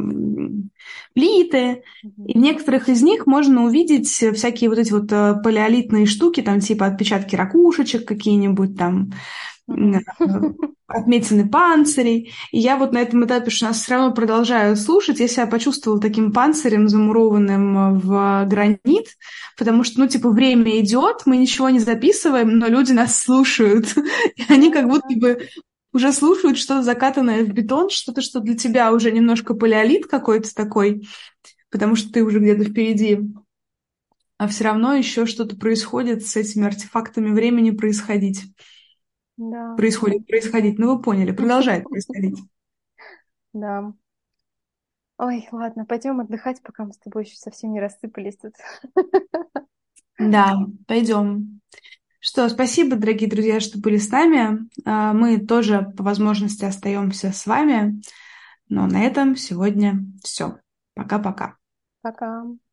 плиты, и в некоторых из них можно увидеть всякие вот эти вот палеолитные штуки, там типа отпечатки ракушечек какие-нибудь там, отметины панцирей. И я вот на этом этапе, что нас все равно продолжаю слушать, я себя почувствовала таким панцирем, замурованным в гранит, потому что, время идет, мы ничего не записываем, но люди нас слушают. И они как будто бы уже слушают что-то закатанное в бетон, что-то, что для тебя уже немножко палеолит какой-то такой, потому что ты уже где-то впереди. А все равно еще что-то происходит с этими артефактами времени происходить. Да. Происходить. Ну, вы поняли, продолжает происходить. Да. Ой, ладно, пойдем отдыхать, пока мы с тобой еще совсем не рассыпались тут. Да, пойдем. Что, спасибо, дорогие друзья, что были с нами. Мы тоже по возможности остаемся с вами. Но на этом сегодня все. Пока-пока. Пока.